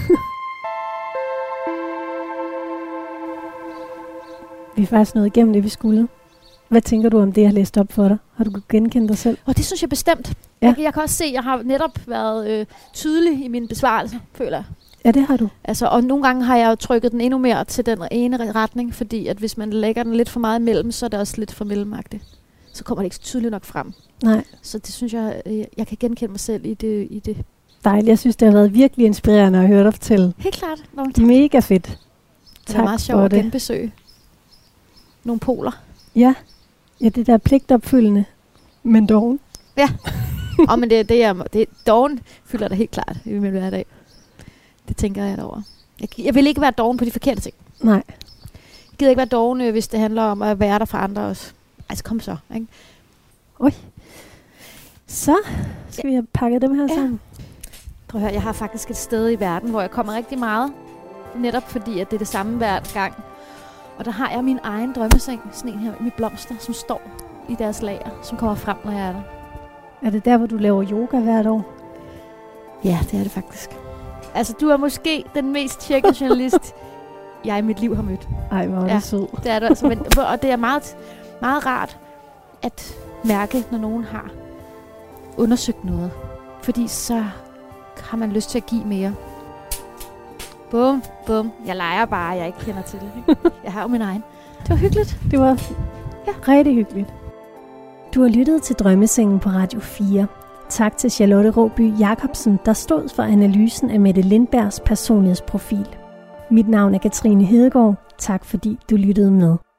Speaker 1: Vi er faktisk nået igennem det, vi skulle. Hvad tænker du om det, jeg har læst op for dig? Har du kunnet genkende dig selv?
Speaker 2: Og det synes jeg bestemt. Ja. Jeg, jeg kan også se, at jeg har netop været øh, tydelig i min besvarelse, føler jeg.
Speaker 1: Ja, det har du.
Speaker 2: Altså, og nogle gange har jeg jo trykket den endnu mere til den ene retning, fordi at hvis man lægger den lidt for meget imellem, så er det også lidt for mellemmagtigt. Så kommer det ikke tydeligt nok frem.
Speaker 1: Nej.
Speaker 2: Så det synes jeg, jeg, jeg kan genkende mig selv i det. I det.
Speaker 1: Dejligt. Jeg synes, det har været virkelig inspirerende at høre dig fortælle.
Speaker 2: Helt klart.
Speaker 1: Mega fedt.
Speaker 2: Det
Speaker 1: tak
Speaker 2: er meget sjovt at genbesøge nogle poler.
Speaker 1: Ja. Ja, det der pligtopfyldende, men doven.
Speaker 2: Ja. Og men det, det er det, doven fylder der helt klart i min hverdag. Det tænker jeg over. Jeg, jeg vil ikke være doven på de forkerte ting.
Speaker 1: Nej.
Speaker 2: Jeg gider ikke være doven, hvis det handler om at være der for andre også. Altså kom så, ikke?
Speaker 1: Oj. Så skal ja. vi have pakket dem her
Speaker 2: ja.
Speaker 1: sammen.
Speaker 2: Prøv at høre, jeg har faktisk et sted i verden, hvor jeg kommer rigtig meget. Netop fordi, at det er det samme hver gang. Og der har jeg min egen drømmeseng, sådan en her med blomster, som står i deres lager, som kommer frem, når jeg er der.
Speaker 1: Er det der, hvor du laver yoga hvert år?
Speaker 2: Ja, det er det faktisk. Altså, du er måske den mest tjekkede journalist, jeg i mit liv har mødt.
Speaker 1: Ej, hvor er det
Speaker 2: ja,
Speaker 1: sød.
Speaker 2: Det er det altså. Men, og det er meget, meget rart at mærke, når nogen har undersøgt noget. Fordi så har man lyst til at give mere. Bum, bum. Jeg leger bare, jeg ikke kender til det. Jeg har jo min egen. Det var hyggeligt.
Speaker 1: Det var ja. rigtig hyggeligt. Du har lyttet til Drømmesengen på Radio fire. Tak til Charlotte Råby Jacobsen, der stod for analysen af Mette Lindbergs personlighedsprofil. Mit navn er Katrine Hedegaard. Tak fordi du lyttede med.